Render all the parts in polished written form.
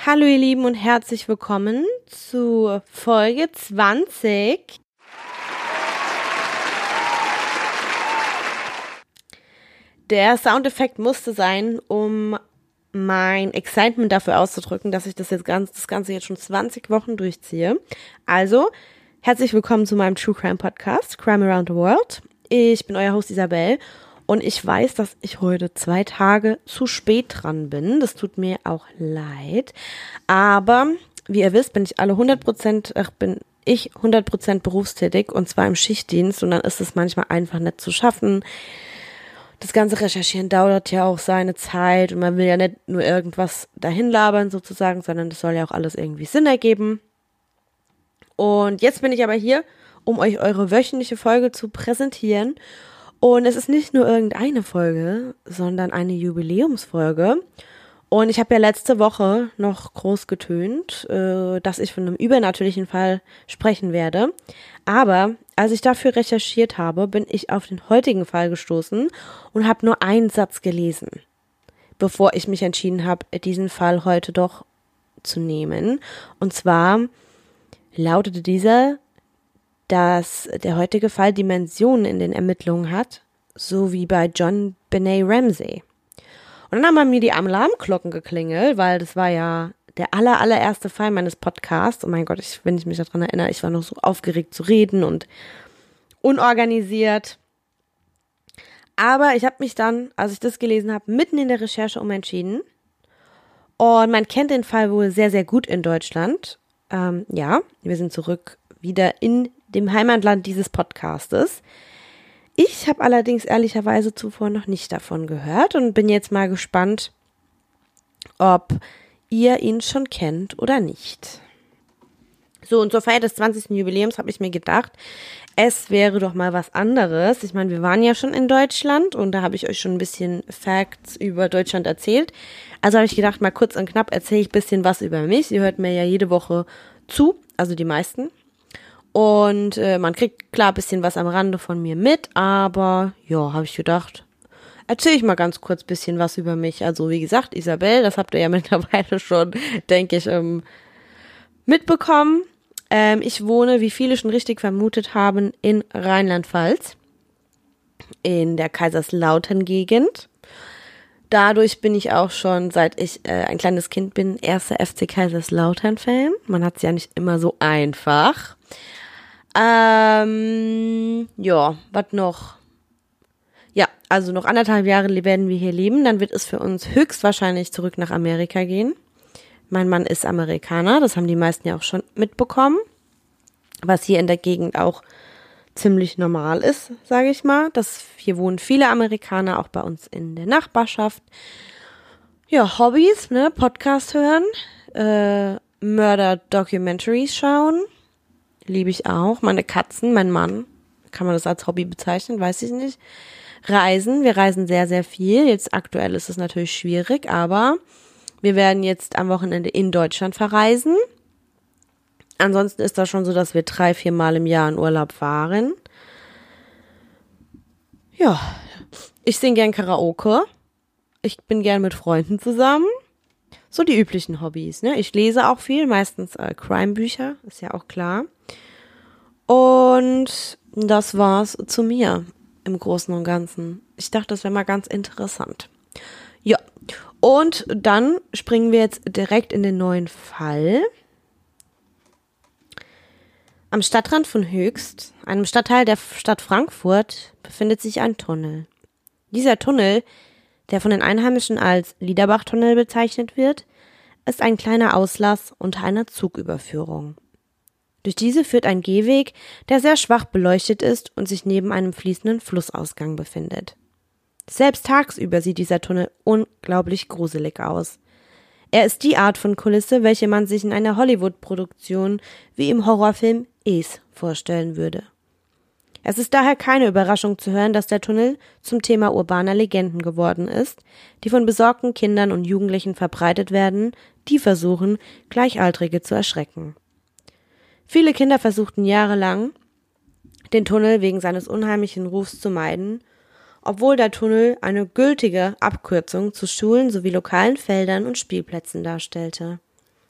Hallo ihr Lieben und herzlich willkommen zu Folge 20. Der Soundeffekt musste sein, um mein Excitement dafür auszudrücken, dass ich das Ganze jetzt schon 20 Wochen durchziehe. Also, herzlich willkommen zu meinem True Crime Podcast, Crime Around the World. Ich bin euer Host Isabel und ich weiß, dass ich heute 2 Tage zu spät dran bin. Das tut mir auch leid. Aber, wie ihr wisst, bin ich 100% berufstätig und zwar im Schichtdienst und dann ist es manchmal einfach nicht zu schaffen. Das ganze Recherchieren dauert ja auch seine Zeit und man will ja nicht nur irgendwas dahin labern sozusagen, sondern das soll ja auch alles irgendwie Sinn ergeben. Und jetzt bin ich aber hier, um euch eure wöchentliche Folge zu präsentieren. Und es ist nicht nur irgendeine Folge, sondern eine Jubiläumsfolge. Und ich habe ja letzte Woche noch groß getönt, dass ich von einem übernatürlichen Fall sprechen werde. Aber als ich dafür recherchiert habe, bin ich auf den heutigen Fall gestoßen und habe nur einen Satz gelesen, bevor ich mich entschieden habe, diesen Fall heute doch zu nehmen. Und zwar lautete dieser, dass der heutige Fall Dimensionen in den Ermittlungen hat, so wie bei John Benet Ramsey. Und dann haben bei mir die Alarmglocken geklingelt, weil das war ja der allererste Fall meines Podcasts. Oh mein Gott, wenn ich mich daran erinnere, ich war noch so aufgeregt zu reden und unorganisiert. Aber ich habe mich dann, als ich das gelesen habe, mitten in der Recherche umentschieden. Und man kennt den Fall wohl sehr, sehr gut in Deutschland. Ja, wir sind zurück wieder in dem Heimatland dieses Podcastes. Ich habe allerdings ehrlicherweise zuvor noch nicht davon gehört und bin jetzt mal gespannt, ob ihr ihn schon kennt oder nicht. So, und zur Feier des 20. Jubiläums habe ich mir gedacht, es wäre doch mal was anderes. Ich meine, wir waren ja schon in Deutschland und da habe ich euch schon ein bisschen Facts über Deutschland erzählt. Also habe ich gedacht, mal kurz und knapp erzähle ich ein bisschen was über mich. Ihr hört mir ja jede Woche zu, also die meisten. Und man kriegt klar ein bisschen was am Rande von mir mit, aber ja, habe ich gedacht, erzähle ich mal ganz kurz ein bisschen was über mich. Also wie gesagt, Isabel, das habt ihr ja mittlerweile schon, denke ich, mitbekommen. Ich wohne, wie viele schon richtig vermutet haben, in Rheinland-Pfalz, in der Kaiserslautern-Gegend. Dadurch bin ich auch schon, seit ich ein kleines Kind bin, erster FC Kaiserslautern-Fan. Man hat es ja nicht immer so einfach. Ja, was noch? Ja, also noch 1,5 Jahre werden wir hier leben. Dann wird es für uns höchstwahrscheinlich zurück nach Amerika gehen. Mein Mann ist Amerikaner, das haben die meisten ja auch schon mitbekommen. Was hier in der Gegend auch ziemlich normal ist, sage ich mal. Hier wohnen viele Amerikaner, auch bei uns in der Nachbarschaft. Ja, Hobbys, ne, Podcast hören, Murder-Documentaries schauen. Liebe ich auch. Meine Katzen, mein Mann, kann man das als Hobby bezeichnen, weiß ich nicht. Reisen, wir reisen sehr, sehr viel. Jetzt aktuell ist es natürlich schwierig, aber wir werden jetzt am Wochenende in Deutschland verreisen. Ansonsten ist das schon so, dass wir 3-4 Mal im Jahr in Urlaub fahren. Ja, ich singe gern Karaoke. Ich bin gern mit Freunden zusammen. So die üblichen Hobbys, ne? Ich lese auch viel, meistens Crime-Bücher, ist ja auch klar. Und das war's zu mir im Großen und Ganzen. Ich dachte, das wäre mal ganz interessant. Ja, und dann springen wir jetzt direkt in den neuen Fall. Am Stadtrand von Höchst, einem Stadtteil der Stadt Frankfurt, befindet sich ein Tunnel. Dieser Tunnel, der von den Einheimischen als Liederbach-Tunnel bezeichnet wird, ist ein kleiner Auslass unter einer Zugüberführung. Durch diese führt ein Gehweg, der sehr schwach beleuchtet ist und sich neben einem fließenden Flussausgang befindet. Selbst tagsüber sieht dieser Tunnel unglaublich gruselig aus. Er ist die Art von Kulisse, welche man sich in einer Hollywood-Produktion wie im Horrorfilm Es vorstellen würde. Es ist daher keine Überraschung zu hören, dass der Tunnel zum Thema urbaner Legenden geworden ist, die von besorgten Kindern und Jugendlichen verbreitet werden, die versuchen, Gleichaltrige zu erschrecken. Viele Kinder versuchten jahrelang, den Tunnel wegen seines unheimlichen Rufs zu meiden, obwohl der Tunnel eine gültige Abkürzung zu Schulen sowie lokalen Feldern und Spielplätzen darstellte.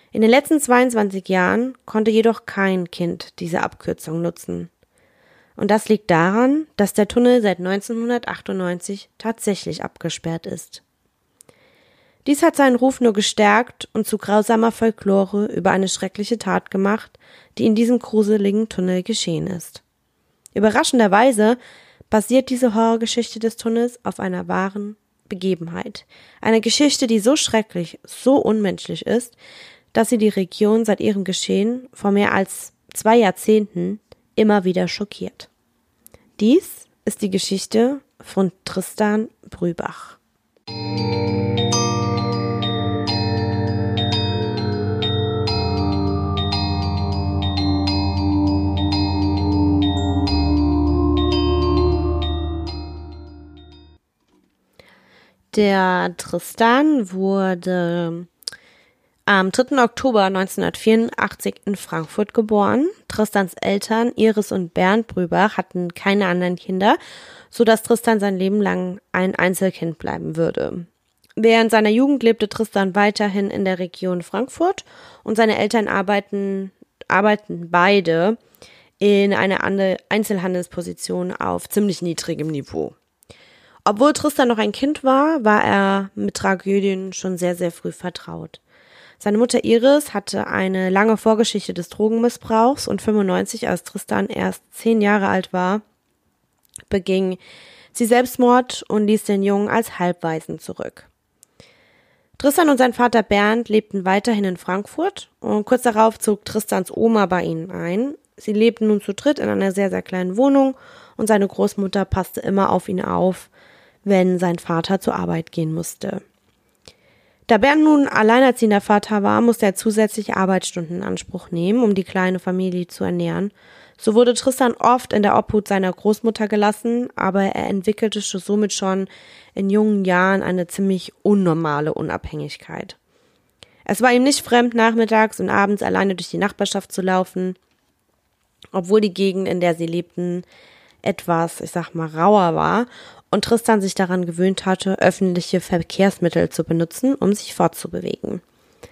In den letzten 22 Jahren konnte jedoch kein Kind diese Abkürzung nutzen. Und das liegt daran, dass der Tunnel seit 1998 tatsächlich abgesperrt ist. Dies hat seinen Ruf nur gestärkt und zu grausamer Folklore über eine schreckliche Tat gemacht, die in diesem gruseligen Tunnel geschehen ist. Überraschenderweise basiert diese Horrorgeschichte des Tunnels auf einer wahren Begebenheit. Eine Geschichte, die so schrecklich, so unmenschlich ist, dass sie die Region seit ihrem Geschehen vor mehr als 2 Jahrzehnten immer wieder schockiert. Dies ist die Geschichte von Tristan Brübach. Der Tristan wurde am 3. Oktober 1984 in Frankfurt geboren. Tristans Eltern, Iris und Bernd Brübach, hatten keine anderen Kinder, sodass Tristan sein Leben lang ein Einzelkind bleiben würde. Während seiner Jugend lebte Tristan weiterhin in der Region Frankfurt und seine Eltern arbeiten beide in einer Einzelhandelsposition auf ziemlich niedrigem Niveau. Obwohl Tristan noch ein Kind war, war er mit Tragödien schon sehr, sehr früh vertraut. Seine Mutter Iris hatte eine lange Vorgeschichte des Drogenmissbrauchs und 1995, als Tristan erst 10 Jahre alt war, beging sie Selbstmord und ließ den Jungen als Halbwaisen zurück. Tristan und sein Vater Bernd lebten weiterhin in Frankfurt und kurz darauf zog Tristans Oma bei ihnen ein. Sie lebten nun zu dritt in einer sehr, sehr kleinen Wohnung und seine Großmutter passte immer auf ihn auf, wenn sein Vater zur Arbeit gehen musste. Da Bernd nun alleinerziehender Vater war, musste er zusätzliche Arbeitsstunden in Anspruch nehmen, um die kleine Familie zu ernähren. So wurde Tristan oft in der Obhut seiner Großmutter gelassen, aber er entwickelte somit schon in jungen Jahren eine ziemlich unnormale Unabhängigkeit. Es war ihm nicht fremd, nachmittags und abends alleine durch die Nachbarschaft zu laufen, obwohl die Gegend, in der sie lebten, etwas, rauer war und Tristan sich daran gewöhnt hatte, öffentliche Verkehrsmittel zu benutzen, um sich fortzubewegen.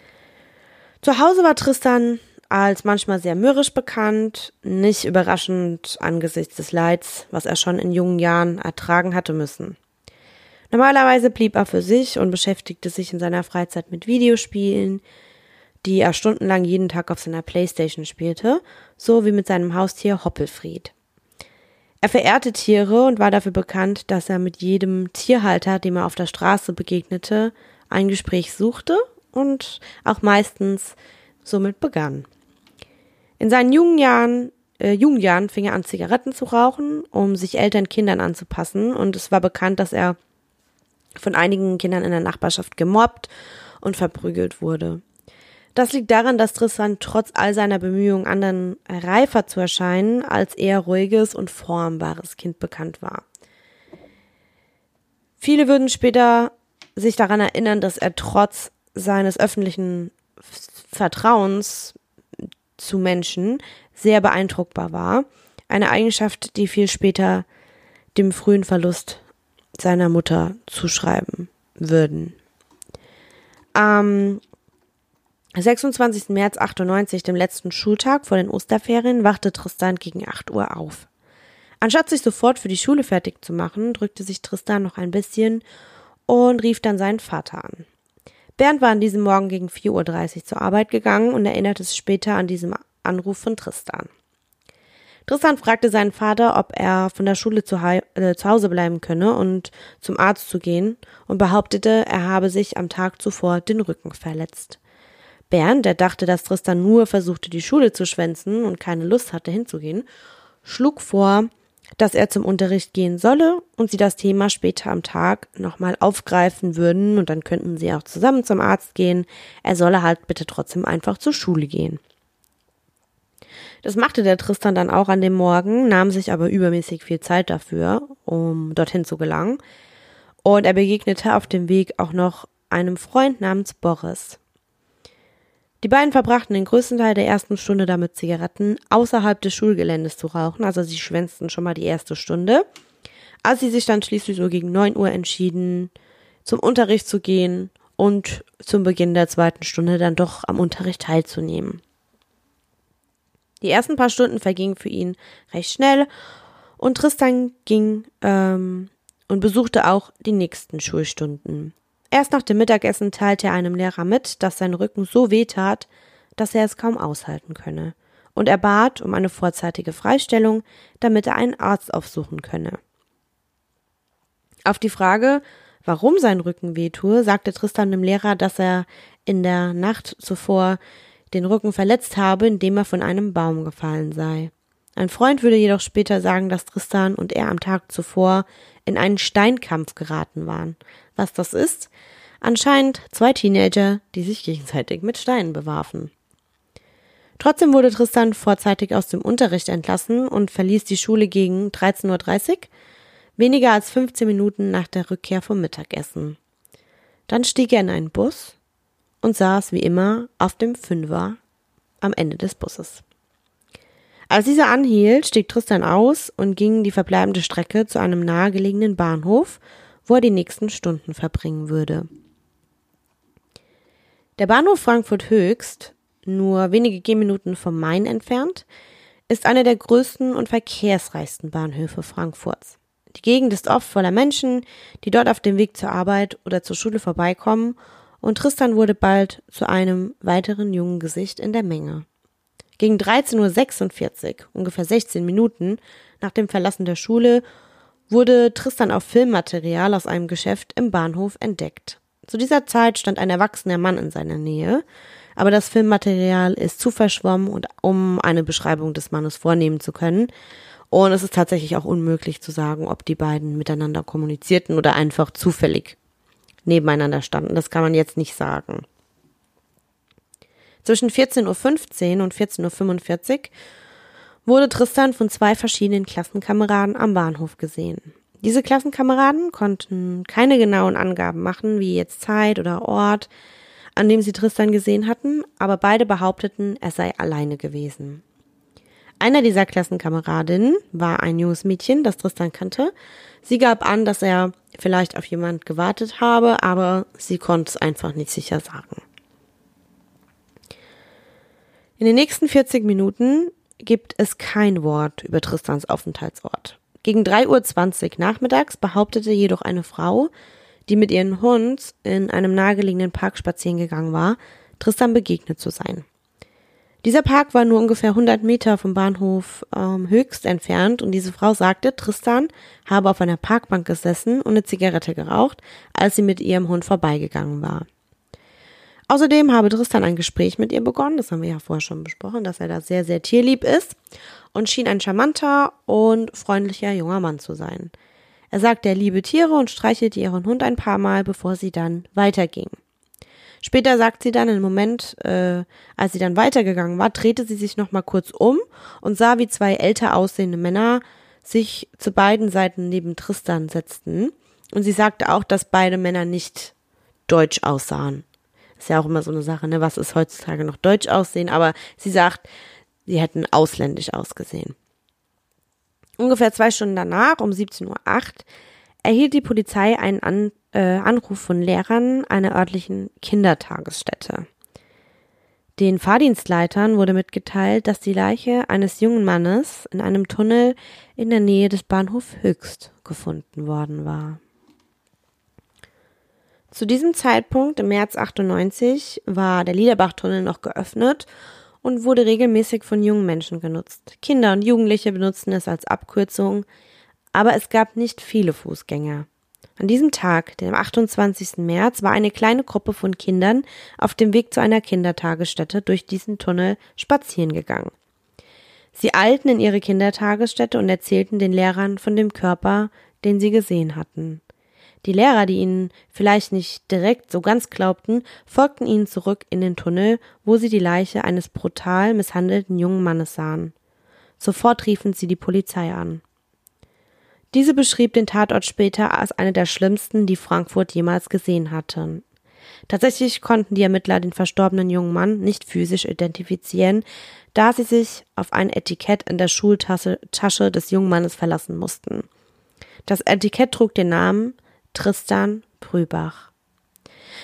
Zu Hause war Tristan als manchmal sehr mürrisch bekannt, nicht überraschend angesichts des Leids, was er schon in jungen Jahren ertragen hatte müssen. Normalerweise blieb er für sich und beschäftigte sich in seiner Freizeit mit Videospielen, die er stundenlang jeden Tag auf seiner Playstation spielte, so wie mit seinem Haustier Hoppelfried. Er verehrte Tiere und war dafür bekannt, dass er mit jedem Tierhalter, dem er auf der Straße begegnete, ein Gespräch suchte und auch meistens somit begann. In seinen Jugendjahren fing er an, Zigaretten zu rauchen, um sich älteren Kindern anzupassen, und es war bekannt, dass er von einigen Kindern in der Nachbarschaft gemobbt und verprügelt wurde. Das liegt daran, dass Tristan trotz all seiner Bemühungen, anderen reifer zu erscheinen, als eher ruhiges und formbares Kind bekannt war. Viele würden später sich daran erinnern, dass er trotz seines öffentlichen Vertrauens zu Menschen sehr beeindruckbar war. Eine Eigenschaft, die viel später dem frühen Verlust seiner Mutter zuschreiben würden. Am 26. März 98, dem letzten Schultag vor den Osterferien, wachte Tristan gegen 8 Uhr auf. Anstatt sich sofort für die Schule fertig zu machen, drückte sich Tristan noch ein bisschen und rief dann seinen Vater an. Bernd war an diesem Morgen gegen 4:30 Uhr zur Arbeit gegangen und erinnerte sich später an diesen Anruf von Tristan. Tristan fragte seinen Vater, ob er von der Schule zu Hause bleiben könne und zum Arzt zu gehen, und behauptete, er habe sich am Tag zuvor den Rücken verletzt. Bernd, der dachte, dass Tristan nur versuchte, die Schule zu schwänzen und keine Lust hatte hinzugehen, schlug vor, dass er zum Unterricht gehen solle und sie das Thema später am Tag nochmal aufgreifen würden, und dann könnten sie auch zusammen zum Arzt gehen. Er solle halt bitte trotzdem einfach zur Schule gehen. Das machte der Tristan dann auch an dem Morgen, nahm sich aber übermäßig viel Zeit dafür, um dorthin zu gelangen, und er begegnete auf dem Weg auch noch einem Freund namens Boris. Die beiden verbrachten den größten Teil der ersten Stunde damit, Zigaretten außerhalb des Schulgeländes zu rauchen, also sie schwänzten schon mal die erste Stunde. Als sie sich dann schließlich so gegen 9 Uhr entschieden, zum Unterricht zu gehen und zum Beginn der 2. Stunde dann doch am Unterricht teilzunehmen. Die ersten paar Stunden vergingen für ihn recht schnell und Tristan ging und besuchte auch die nächsten Schulstunden. Erst nach dem Mittagessen teilte er einem Lehrer mit, dass sein Rücken so weh tat, dass er es kaum aushalten könne. Und er bat um eine vorzeitige Freistellung, damit er einen Arzt aufsuchen könne. Auf die Frage, warum sein Rücken wehtue, sagte Tristan dem Lehrer, dass er in der Nacht zuvor den Rücken verletzt habe, indem er von einem Baum gefallen sei. Ein Freund würde jedoch später sagen, dass Tristan und er am Tag zuvor in einen Steinkampf geraten waren. Was das ist? Anscheinend 2 Teenager, die sich gegenseitig mit Steinen bewarfen. Trotzdem wurde Tristan vorzeitig aus dem Unterricht entlassen und verließ die Schule gegen 13:30 Uhr, weniger als 15 Minuten nach der Rückkehr vom Mittagessen. Dann stieg er in einen Bus und saß wie immer auf dem Fünfer am Ende des Busses. Als dieser anhielt, stieg Tristan aus und ging die verbleibende Strecke zu einem nahegelegenen Bahnhof, wo er die nächsten Stunden verbringen würde. Der Bahnhof Frankfurt Höchst, nur wenige Gehminuten vom Main entfernt, ist einer der größten und verkehrsreichsten Bahnhöfe Frankfurts. Die Gegend ist oft voller Menschen, die dort auf dem Weg zur Arbeit oder zur Schule vorbeikommen, und Tristan wurde bald zu einem weiteren jungen Gesicht in der Menge. Gegen 13:46 Uhr, ungefähr 16 Minuten nach dem Verlassen der Schule, wurde Tristan auf Filmmaterial aus einem Geschäft im Bahnhof entdeckt. Zu dieser Zeit stand ein erwachsener Mann in seiner Nähe, aber das Filmmaterial ist zu verschwommen, um eine Beschreibung des Mannes vornehmen zu können. Und es ist tatsächlich auch unmöglich zu sagen, ob die beiden miteinander kommunizierten oder einfach zufällig nebeneinander standen. Das kann man jetzt nicht sagen. Zwischen 14:15 Uhr und 14:45 Uhr wurde Tristan von 2 verschiedenen Klassenkameraden am Bahnhof gesehen. Diese Klassenkameraden konnten keine genauen Angaben machen, wie jetzt Zeit oder Ort, an dem sie Tristan gesehen hatten, aber beide behaupteten, er sei alleine gewesen. Einer dieser Klassenkameradinnen war ein junges Mädchen, das Tristan kannte. Sie gab an, dass er vielleicht auf jemand gewartet habe, aber sie konnte es einfach nicht sicher sagen. In den nächsten 40 Minuten gibt es kein Wort über Tristans Aufenthaltsort. Gegen 3:20 Uhr nachmittags behauptete jedoch eine Frau, die mit ihrem Hund in einem nahegelegenen Park spazieren gegangen war, Tristan begegnet zu sein. Dieser Park war nur ungefähr 100 Meter vom Bahnhof Höchst entfernt und diese Frau sagte, Tristan habe auf einer Parkbank gesessen und eine Zigarette geraucht, als sie mit ihrem Hund vorbeigegangen war. Außerdem habe Tristan ein Gespräch mit ihr begonnen, das haben wir ja vorher schon besprochen, dass er da sehr, sehr tierlieb ist und schien ein charmanter und freundlicher junger Mann zu sein. Er sagte, er liebe Tiere und streichelte ihren Hund ein paar Mal, bevor sie dann weiterging. Später sagt sie dann, im Moment, als sie dann weitergegangen war, drehte sie sich nochmal kurz um und sah, wie 2 älter aussehende Männer sich zu beiden Seiten neben Tristan setzten. Und sie sagte auch, dass beide Männer nicht deutsch aussahen. Ist ja auch immer so eine Sache, ne? Was ist heutzutage noch deutsch aussehen? Aber sie sagt, sie hätten ausländisch ausgesehen. Ungefähr 2 Stunden danach, um 17:08 Uhr, erhielt die Polizei einen Anruf von Lehrern einer örtlichen Kindertagesstätte. Den Fahrdienstleitern wurde mitgeteilt, dass die Leiche eines jungen Mannes in einem Tunnel in der Nähe des Bahnhofs Höchst gefunden worden war. Zu diesem Zeitpunkt, im März 98, war der Liederbachtunnel noch geöffnet und wurde regelmäßig von jungen Menschen genutzt. Kinder und Jugendliche benutzten es als Abkürzung, aber es gab nicht viele Fußgänger. An diesem Tag, dem 28. März, war eine kleine Gruppe von Kindern auf dem Weg zu einer Kindertagesstätte durch diesen Tunnel spazieren gegangen. Sie eilten in ihre Kindertagesstätte und erzählten den Lehrern von dem Körper, den sie gesehen hatten. Die Lehrer, die ihnen vielleicht nicht direkt so ganz glaubten, folgten ihnen zurück in den Tunnel, wo sie die Leiche eines brutal misshandelten jungen Mannes sahen. Sofort riefen sie die Polizei an. Diese beschrieb den Tatort später als eine der schlimmsten, die Frankfurt jemals gesehen hatte. Tatsächlich konnten die Ermittler den verstorbenen jungen Mann nicht physisch identifizieren, da sie sich auf ein Etikett in der Schultasche des jungen Mannes verlassen mussten. Das Etikett trug den Namen Tristan Brübach.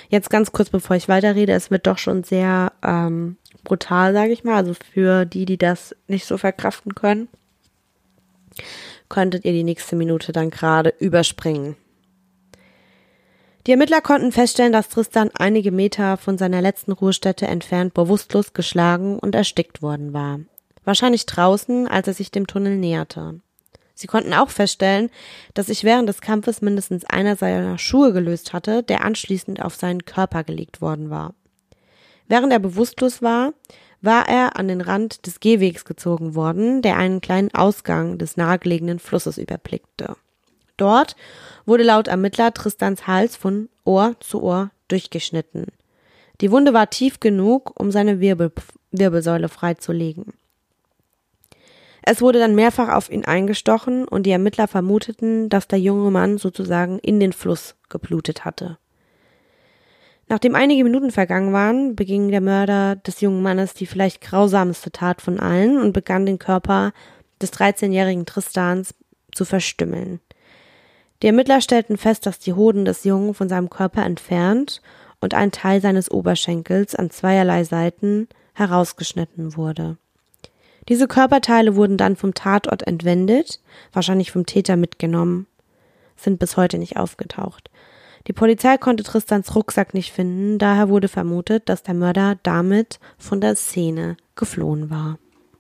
Jetzt ganz kurz, bevor ich weiterrede, es wird doch schon sehr brutal, sage ich mal. Also für die, die das nicht so verkraften können, könntet ihr die nächste Minute dann gerade überspringen. Die Ermittler konnten feststellen, dass Tristan einige Meter von seiner letzten Ruhestätte entfernt bewusstlos geschlagen und erstickt worden war. Wahrscheinlich draußen, als er sich dem Tunnel näherte. Sie konnten auch feststellen, dass sich während des Kampfes mindestens einer seiner Schuhe gelöst hatte, der anschließend auf seinen Körper gelegt worden war. Während er bewusstlos war, war er an den Rand des Gehwegs gezogen worden, der einen kleinen Ausgang des nahegelegenen Flusses überblickte. Dort wurde laut Ermittler Tristans Hals von Ohr zu Ohr durchgeschnitten. Die Wunde war tief genug, um seine Wirbelsäule freizulegen. Es wurde dann mehrfach auf ihn eingestochen und die Ermittler vermuteten, dass der junge Mann sozusagen in den Fluss geblutet hatte. Nachdem einige Minuten vergangen waren, beging der Mörder des jungen Mannes die vielleicht grausamste Tat von allen und begann den Körper des 13-jährigen Tristans zu verstümmeln. Die Ermittler stellten fest, dass die Hoden des Jungen von seinem Körper entfernt und ein Teil seines Oberschenkels an zweierlei Seiten herausgeschnitten wurde. Diese Körperteile wurden dann vom Tatort entwendet, wahrscheinlich vom Täter mitgenommen, sind bis heute nicht aufgetaucht. Die Polizei konnte Tristans Rucksack nicht finden, daher wurde vermutet, dass der Mörder damit von der Szene geflohen war.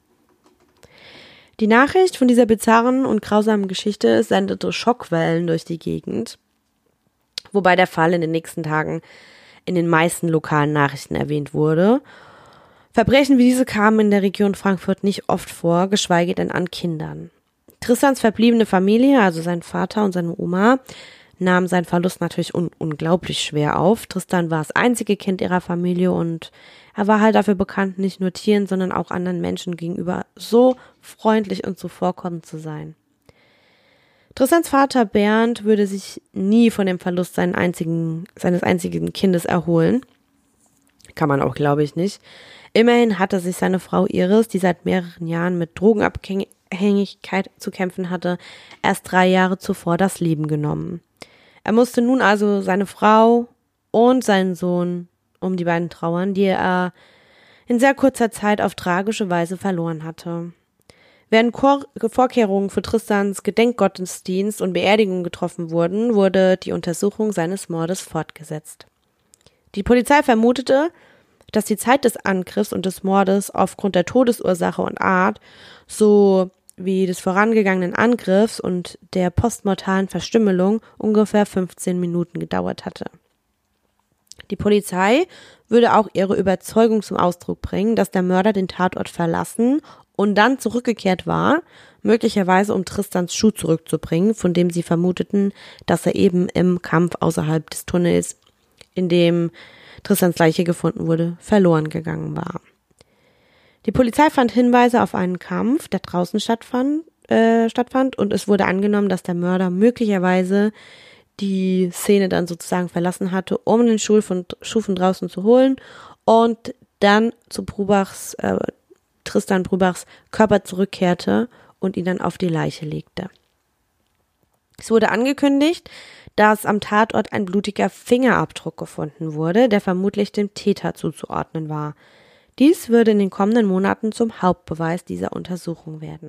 Die Nachricht von dieser bizarren und grausamen Geschichte sendete Schockwellen durch die Gegend, wobei der Fall in den nächsten Tagen in den meisten lokalen Nachrichten erwähnt wurde. Verbrechen wie diese kamen in der Region Frankfurt nicht oft vor, geschweige denn an Kindern. Tristans verbliebene Familie, also sein Vater und seine Oma, nahmen seinen Verlust natürlich unglaublich schwer auf. Tristan war das einzige Kind ihrer Familie und er war halt dafür bekannt, nicht nur Tieren, sondern auch anderen Menschen gegenüber so freundlich und zuvorkommend zu sein. Tristans Vater Bernd würde sich nie von dem Verlust seines einzigen Kindes erholen. Kann man auch, glaube ich, nicht. Immerhin hatte sich seine Frau Iris, die seit mehreren Jahren mit Drogenabhängigkeit zu kämpfen hatte, erst 3 Jahre zuvor das Leben genommen. Er musste nun also seine Frau und seinen Sohn um die beiden trauern, die er in sehr kurzer Zeit auf tragische Weise verloren hatte. Während Vorkehrungen für Tristans Gedenkgottesdienst und Beerdigung getroffen wurden, wurde die Untersuchung seines Mordes fortgesetzt. Die Polizei vermutete, dass die Zeit des Angriffs und des Mordes aufgrund der Todesursache und Art sowie des vorangegangenen Angriffs und der postmortalen Verstümmelung ungefähr 15 Minuten gedauert hatte. Die Polizei würde auch ihre Überzeugung zum Ausdruck bringen, dass der Mörder den Tatort verlassen und dann zurückgekehrt war, möglicherweise um Tristans Schuh zurückzubringen, von dem sie vermuteten, dass er eben im Kampf außerhalb des Tunnels, in dem Tristans Leiche gefunden wurde, verloren gegangen war. Die Polizei fand Hinweise auf einen Kampf, der draußen stattfand, und es wurde angenommen, dass der Mörder möglicherweise die Szene dann sozusagen verlassen hatte, um den Schuh von draußen zu holen und dann zu Tristan Brubachs Körper zurückkehrte und ihn dann auf die Leiche legte. Es wurde angekündigt, dass am Tatort ein blutiger Fingerabdruck gefunden wurde, der vermutlich dem Täter zuzuordnen war. Dies würde in den kommenden Monaten zum Hauptbeweis dieser Untersuchung werden.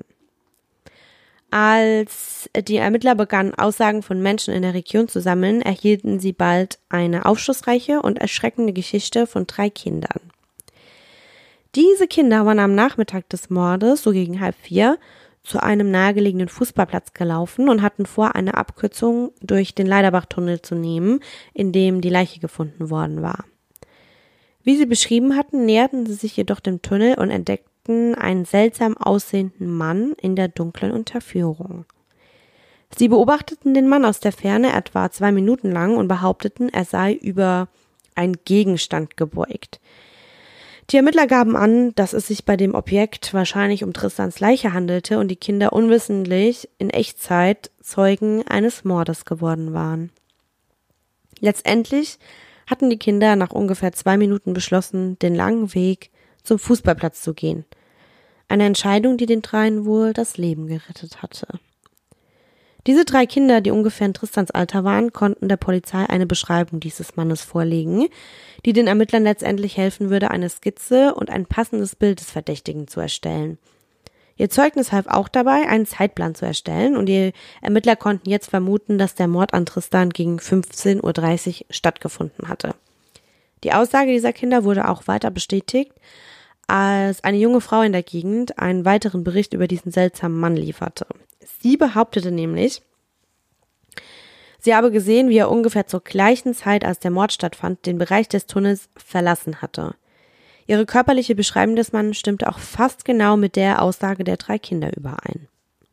Als die Ermittler begannen, Aussagen von Menschen in der Region zu sammeln, erhielten sie bald eine aufschlussreiche und erschreckende Geschichte von 3 Kindern. Diese Kinder waren am Nachmittag des Mordes, so gegen 3:30, zu einem nahegelegenen Fußballplatz gelaufen und hatten vor, eine Abkürzung durch den Leiderbachtunnel zu nehmen, in dem die Leiche gefunden worden war. Wie sie beschrieben hatten, näherten sie sich jedoch dem Tunnel und entdeckten einen seltsam aussehenden Mann in der dunklen Unterführung. Sie beobachteten den Mann aus der Ferne etwa 2 Minuten lang und behaupteten, er sei über einen Gegenstand gebeugt. Die Ermittler gaben an, dass es sich bei dem Objekt wahrscheinlich um Tristans Leiche handelte und die Kinder unwissentlich in Echtzeit Zeugen eines Mordes geworden waren. Letztendlich hatten die Kinder nach ungefähr 2 Minuten beschlossen, den langen Weg zum Fußballplatz zu gehen. Eine Entscheidung, die den dreien wohl das Leben gerettet hatte. Diese 3 Kinder, die ungefähr in Tristans Alter waren, konnten der Polizei eine Beschreibung dieses Mannes vorlegen, die den Ermittlern letztendlich helfen würde, eine Skizze und ein passendes Bild des Verdächtigen zu erstellen. Ihr Zeugnis half auch dabei, einen Zeitplan zu erstellen, und die Ermittler konnten jetzt vermuten, dass der Mord an Tristan gegen 15:30 Uhr stattgefunden hatte. Die Aussage dieser Kinder wurde auch weiter bestätigt, als eine junge Frau in der Gegend einen weiteren Bericht über diesen seltsamen Mann lieferte. Sie behauptete nämlich, sie habe gesehen, wie er ungefähr zur gleichen Zeit, als der Mord stattfand, den Bereich des Tunnels verlassen hatte. Ihre körperliche Beschreibung des Mannes stimmte auch fast genau mit der Aussage der 3 Kinder überein.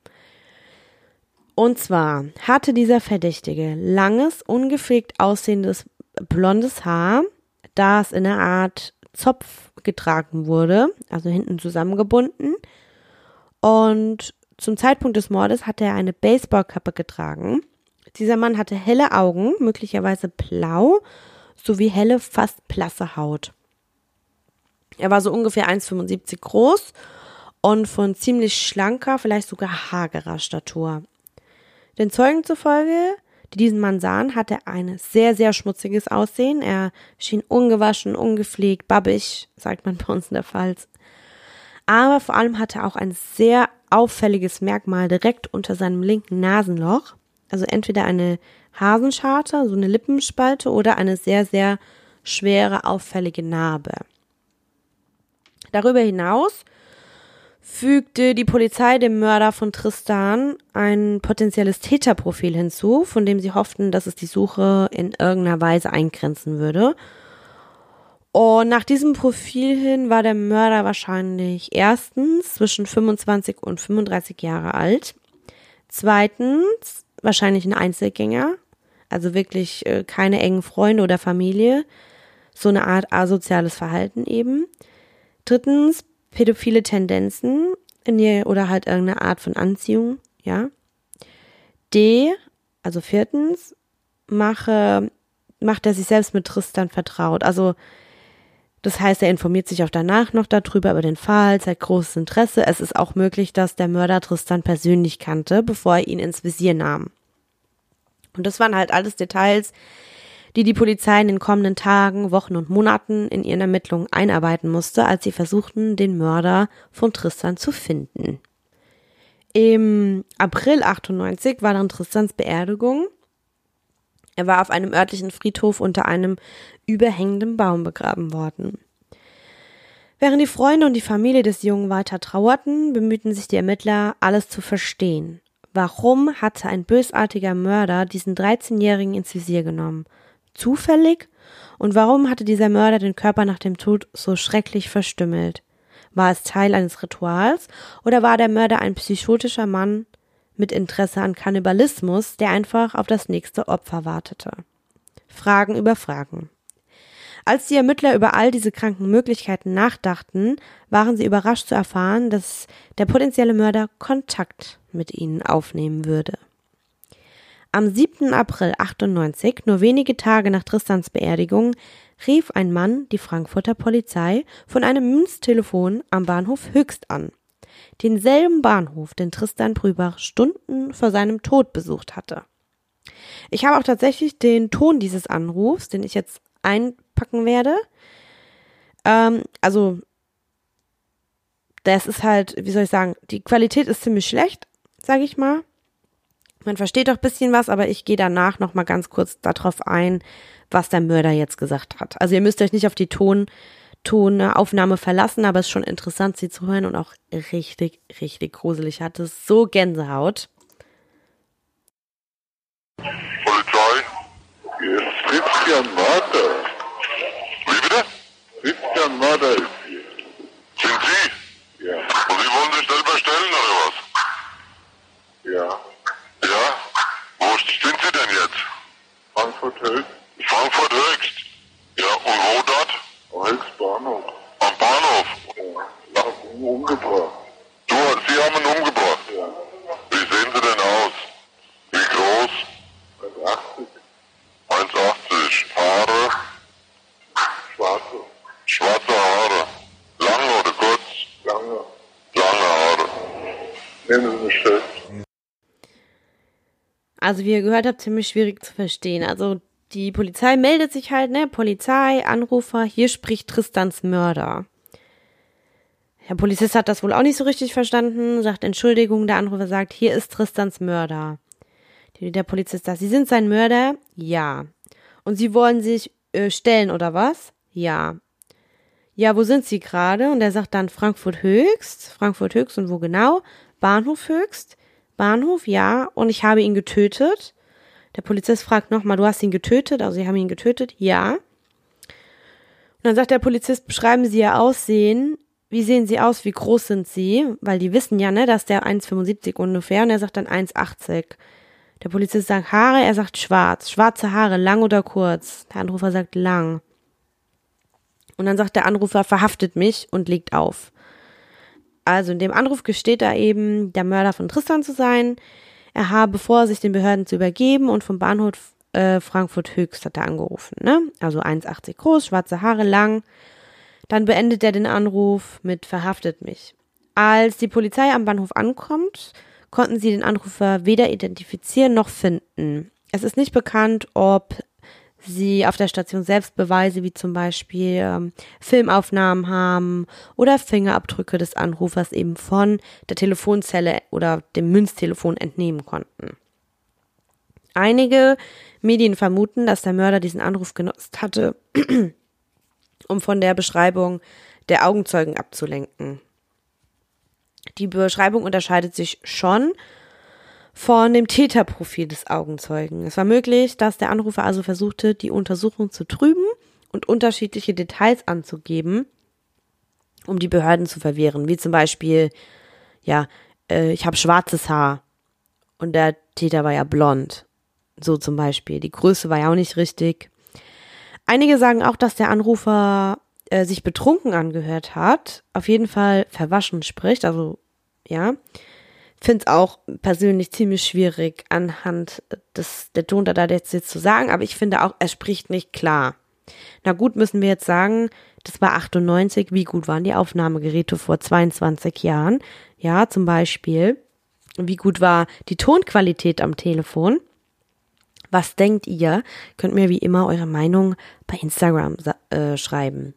Und zwar hatte dieser Verdächtige langes, ungepflegt aussehendes blondes Haar, das in einer Art Zopf getragen wurde, also hinten zusammengebunden. Und zum Zeitpunkt des Mordes hatte er eine Baseballkappe getragen. Dieser Mann hatte helle Augen, möglicherweise blau, sowie helle, fast blasse Haut. Er war so ungefähr 1,75 groß und von ziemlich schlanker, vielleicht sogar hagerer Statur. Den Zeugen zufolge, die diesen Mann sahen, hatte er ein sehr, sehr schmutziges Aussehen. Er schien ungewaschen, ungepflegt, babbig, sagt man bei uns in der Pfalz. Aber vor allem hatte er auch ein sehr auffälliges Merkmal direkt unter seinem linken Nasenloch. Also entweder eine Hasenscharte, so eine Lippenspalte, oder eine sehr, sehr schwere, auffällige Narbe. Darüber hinaus fügte die Polizei dem Mörder von Tristan ein potenzielles Täterprofil hinzu, von dem sie hofften, dass es die Suche in irgendeiner Weise eingrenzen würde. Und nach diesem Profil hin war der Mörder wahrscheinlich erstens zwischen 25 und 35 Jahre alt, zweitens wahrscheinlich ein Einzelgänger, also wirklich keine engen Freunde oder Familie, so eine Art asoziales Verhalten eben. Drittens, pädophile Tendenzen oder halt irgendeine Art von Anziehung, ja. Also viertens, macht er sich selbst mit Tristan vertraut. Also das heißt, er informiert sich auch danach noch darüber, über den Fall, zeigt großes Interesse. Es ist auch möglich, dass der Mörder Tristan persönlich kannte, bevor er ihn ins Visier nahm. Und das waren halt alles Details, die Polizei in den kommenden Tagen, Wochen und Monaten in ihren Ermittlungen einarbeiten musste, als sie versuchten, den Mörder von Tristan zu finden. Im April 98 war dann Tristans Beerdigung. Er war auf einem örtlichen Friedhof unter einem überhängenden Baum begraben worden. Während die Freunde und die Familie des Jungen weiter trauerten, bemühten sich die Ermittler, alles zu verstehen. Warum hatte ein bösartiger Mörder diesen 13-Jährigen ins Visier genommen? Zufällig? Und warum hatte dieser Mörder den Körper nach dem Tod so schrecklich verstümmelt? War es Teil eines Rituals oder war der Mörder ein psychotischer Mann mit Interesse an Kannibalismus, der einfach auf das nächste Opfer wartete? Fragen über Fragen. Als die Ermittler über all diese kranken Möglichkeiten nachdachten, waren sie überrascht zu erfahren, dass der potenzielle Mörder Kontakt mit ihnen aufnehmen würde. Am 7. April 98, nur wenige Tage nach Tristans Beerdigung, rief ein Mann die Frankfurter Polizei von einem Münztelefon am Bahnhof Höchst an. Denselben Bahnhof, den Tristan Brübach Stunden vor seinem Tod besucht hatte. Ich habe auch tatsächlich den Ton dieses Anrufs, den ich jetzt einpacken werde. Also, das ist halt, wie soll ich sagen, die Qualität ist ziemlich schlecht, sage ich mal. Man versteht doch ein bisschen was, aber ich gehe danach nochmal ganz kurz darauf ein, was der Mörder jetzt gesagt hat. Also ihr müsst euch nicht auf die Tonaufnahme verlassen, aber es ist schon interessant, sie zu hören und auch richtig, richtig gruselig. Ich hatte so Gänsehaut. Polizei, hier ist Christian Marder. Wie bitte? Christian Marder ist hier. Sind Sie? Ja. Und Sie wollen sich selber stellen, oder was? Ja. Ja? Wo sind Sie denn jetzt? Frankfurt Höchst. Frankfurt Höchst? Ja, und wo dort? Am Höchst Bahnhof. Am Bahnhof? Ja. Ich hab ihn umgebracht. Sie haben ihn umgebracht? Ja. Wie sehen Sie denn aus? Wie groß? 1,80. 1,80. Haare? Schwarze. Schwarze Haare. Lange oder kurz? Lange. Lange Haare. Nehmen Sie mich fest. also wie ihr gehört habt, ziemlich schwierig zu verstehen. Also die Polizei meldet sich halt, ne? Polizei, Anrufer, hier spricht Tristans Mörder. Der Polizist hat das wohl auch nicht so richtig verstanden, sagt Entschuldigung, der Anrufer sagt, hier ist Tristans Mörder. Der Polizist sagt, Sie sind sein Mörder? Ja. Und Sie wollen sich stellen, oder was? Ja. Ja, wo sind Sie gerade? Und er sagt dann Frankfurt Höchst und wo genau? Bahnhof Höchst. Bahnhof, ja. Und ich habe ihn getötet. Der Polizist fragt nochmal, du hast ihn getötet? Also Sie haben ihn getötet? Ja. Und dann sagt der Polizist, beschreiben Sie Ihr Aussehen. Wie sehen Sie aus? Wie groß sind Sie? Weil die wissen ja, ne, dass der 1,75 ungefähr. Und er sagt dann 1,80. Der Polizist sagt Haare, er sagt schwarz. Schwarze Haare, lang oder kurz? Der Anrufer sagt lang. Und dann sagt der Anrufer, verhaftet mich und legt auf. Also in dem Anruf gesteht er eben, der Mörder von Tristan zu sein. Er habe vor, sich den Behörden zu übergeben und vom Bahnhof Frankfurt Höchst hat er angerufen, ne? Also 1,80 groß, schwarze Haare, lang. Dann beendet er den Anruf mit verhaftet mich. Als die Polizei am Bahnhof ankommt, konnten sie den Anrufer weder identifizieren noch finden. Es ist nicht bekannt, ob sie auf der Station selbst Beweise wie zum Beispiel Filmaufnahmen haben oder Fingerabdrücke des Anrufers eben von der Telefonzelle oder dem Münztelefon entnehmen konnten. Einige Medien vermuten, dass der Mörder diesen Anruf genutzt hatte, um von der Beschreibung der Augenzeugen abzulenken. Die Beschreibung unterscheidet sich schon von dem Täterprofil des Augenzeugen. Es war möglich, dass der Anrufer also versuchte, die Untersuchung zu trüben und unterschiedliche Details anzugeben, um die Behörden zu verwirren. Wie zum Beispiel, ja, ich habe schwarzes Haar und der Täter war ja blond. So zum Beispiel. Die Größe war ja auch nicht richtig. Einige sagen auch, dass der Anrufer sich betrunken angehört hat. Auf jeden Fall verwaschen spricht, also ja. Finde es auch persönlich ziemlich schwierig anhand der Tontat jetzt zu sagen, aber ich finde auch, er spricht nicht klar. Na gut, müssen wir jetzt sagen, das war 98, wie gut waren die Aufnahmegeräte vor 22 Jahren? Ja, zum Beispiel, wie gut war die Tonqualität am Telefon? Was denkt ihr? Könnt mir wie immer eure Meinung bei Instagram schreiben.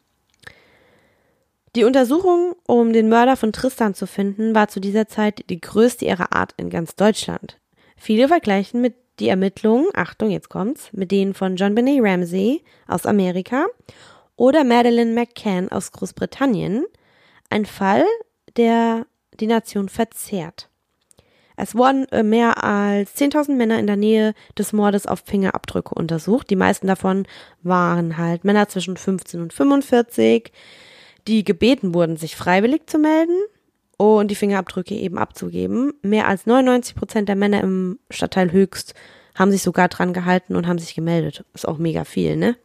Die Untersuchung, um den Mörder von Tristan zu finden, war zu dieser Zeit die größte ihrer Art in ganz Deutschland. Viele vergleichen mit die Ermittlungen, Achtung, jetzt kommt's, mit denen von John Benet Ramsey aus Amerika oder Madeleine McCann aus Großbritannien. Ein Fall, der die Nation verzehrt. Es wurden mehr als 10.000 Männer in der Nähe des Mordes auf Fingerabdrücke untersucht. Die meisten davon waren halt Männer zwischen 15 und 45, die gebeten wurden, sich freiwillig zu melden und die Fingerabdrücke eben abzugeben. Mehr als 99% der Männer im Stadtteil Höchst haben sich sogar dran gehalten und haben sich gemeldet. Ist auch mega viel, ne?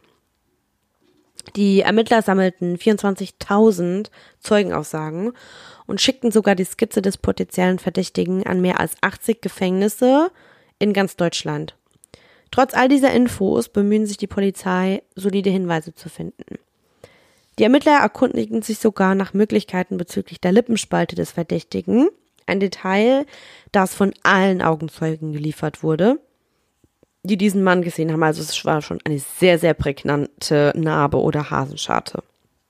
Die Ermittler sammelten 24.000 Zeugenaussagen und schickten sogar die Skizze des potenziellen Verdächtigen an mehr als 80 Gefängnisse in ganz Deutschland. Trotz all dieser Infos bemühen sich die Polizei, solide Hinweise zu finden. Die Ermittler erkundigten sich sogar nach Möglichkeiten bezüglich der Lippenspalte des Verdächtigen, ein Detail, das von allen Augenzeugen geliefert wurde, die diesen Mann gesehen haben. Also es war schon eine sehr, sehr prägnante Narbe oder Hasenscharte.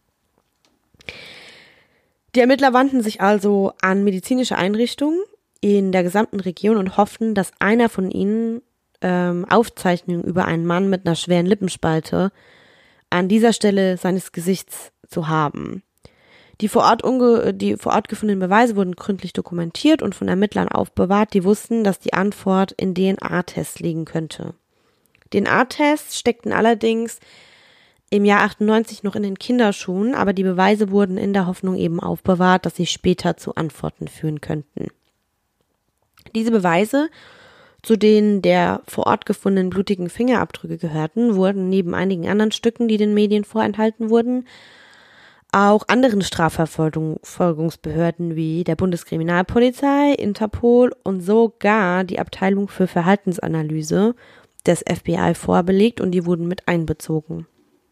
Die Ermittler wandten sich also an medizinische Einrichtungen in der gesamten Region und hofften, dass einer von ihnen Aufzeichnungen über einen Mann mit einer schweren Lippenspalte an dieser Stelle seines Gesichts zu haben. Die vor Ort gefundenen Beweise wurden gründlich dokumentiert und von Ermittlern aufbewahrt, die wussten, dass die Antwort in DNA-Tests liegen könnte. DNA-Tests steckten allerdings im Jahr 98 noch in den Kinderschuhen, aber die Beweise wurden in der Hoffnung eben aufbewahrt, dass sie später zu Antworten führen könnten. Diese Beweise, zu denen der vor Ort gefundenen blutigen Fingerabdrücke gehörten, wurden neben einigen anderen Stücken, die den Medien vorenthalten wurden, auch anderen Strafverfolgungsbehörden wie der Bundeskriminalpolizei, Interpol und sogar die Abteilung für Verhaltensanalyse des FBI vorbelegt und die wurden mit einbezogen.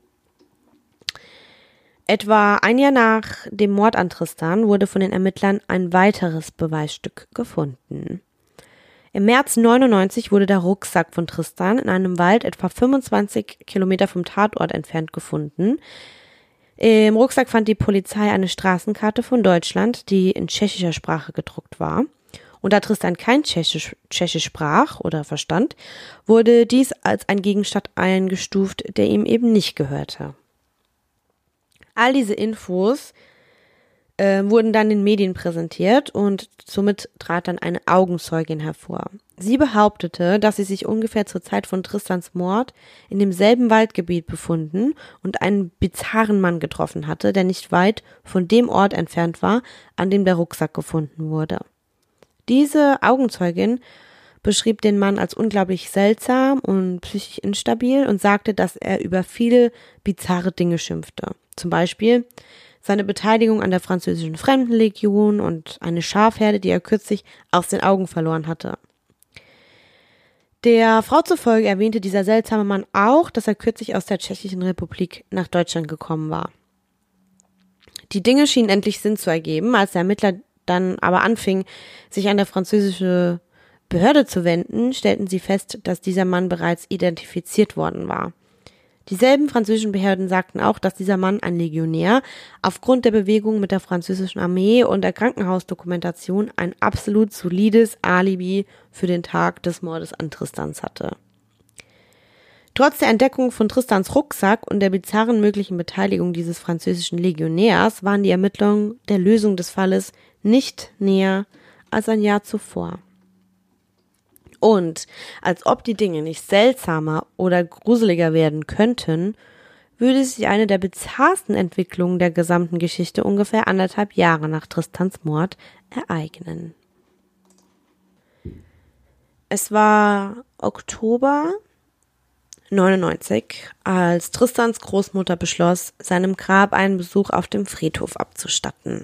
Etwa ein Jahr nach dem Mord an Tristan wurde von den Ermittlern ein weiteres Beweisstück gefunden. Im März 99 wurde der Rucksack von Tristan in einem Wald etwa 25 Kilometer vom Tatort entfernt gefunden. Im Rucksack fand die Polizei eine Straßenkarte von Deutschland, die in tschechischer Sprache gedruckt war. Und da Tristan kein Tschechisch sprach oder verstand, wurde dies als ein Gegenstand eingestuft, der ihm eben nicht gehörte. All diese Infos wurden dann den Medien präsentiert und somit trat dann eine Augenzeugin hervor. Sie behauptete, dass sie sich ungefähr zur Zeit von Tristans Mord in demselben Waldgebiet befunden und einen bizarren Mann getroffen hatte, der nicht weit von dem Ort entfernt war, an dem der Rucksack gefunden wurde. Diese Augenzeugin beschrieb den Mann als unglaublich seltsam und psychisch instabil und sagte, dass er über viele bizarre Dinge schimpfte. Zum Beispiel seine Beteiligung an der französischen Fremdenlegion und eine Schafherde, die er kürzlich aus den Augen verloren hatte. Der Frau zufolge erwähnte dieser seltsame Mann auch, dass er kürzlich aus der Tschechischen Republik nach Deutschland gekommen war. Die Dinge schienen endlich Sinn zu ergeben, als der Ermittler dann aber anfing, sich an der französische Behörde zu wenden, stellten sie fest, dass dieser Mann bereits identifiziert worden war. Dieselben französischen Behörden sagten auch, dass dieser Mann ein Legionär aufgrund der Bewegung mit der französischen Armee und der Krankenhausdokumentation ein absolut solides Alibi für den Tag des Mordes an Tristans hatte. Trotz der Entdeckung von Tristans Rucksack und der bizarren möglichen Beteiligung dieses französischen Legionärs waren die Ermittlungen der Lösung des Falles nicht näher als ein Jahr zuvor. Und als ob die Dinge nicht seltsamer oder gruseliger werden könnten, würde sich eine der bizarrsten Entwicklungen der gesamten Geschichte ungefähr 1,5 Jahre nach Tristans Mord ereignen. Es war Oktober 99, als Tristans Großmutter beschloss, seinem Grab einen Besuch auf dem Friedhof abzustatten.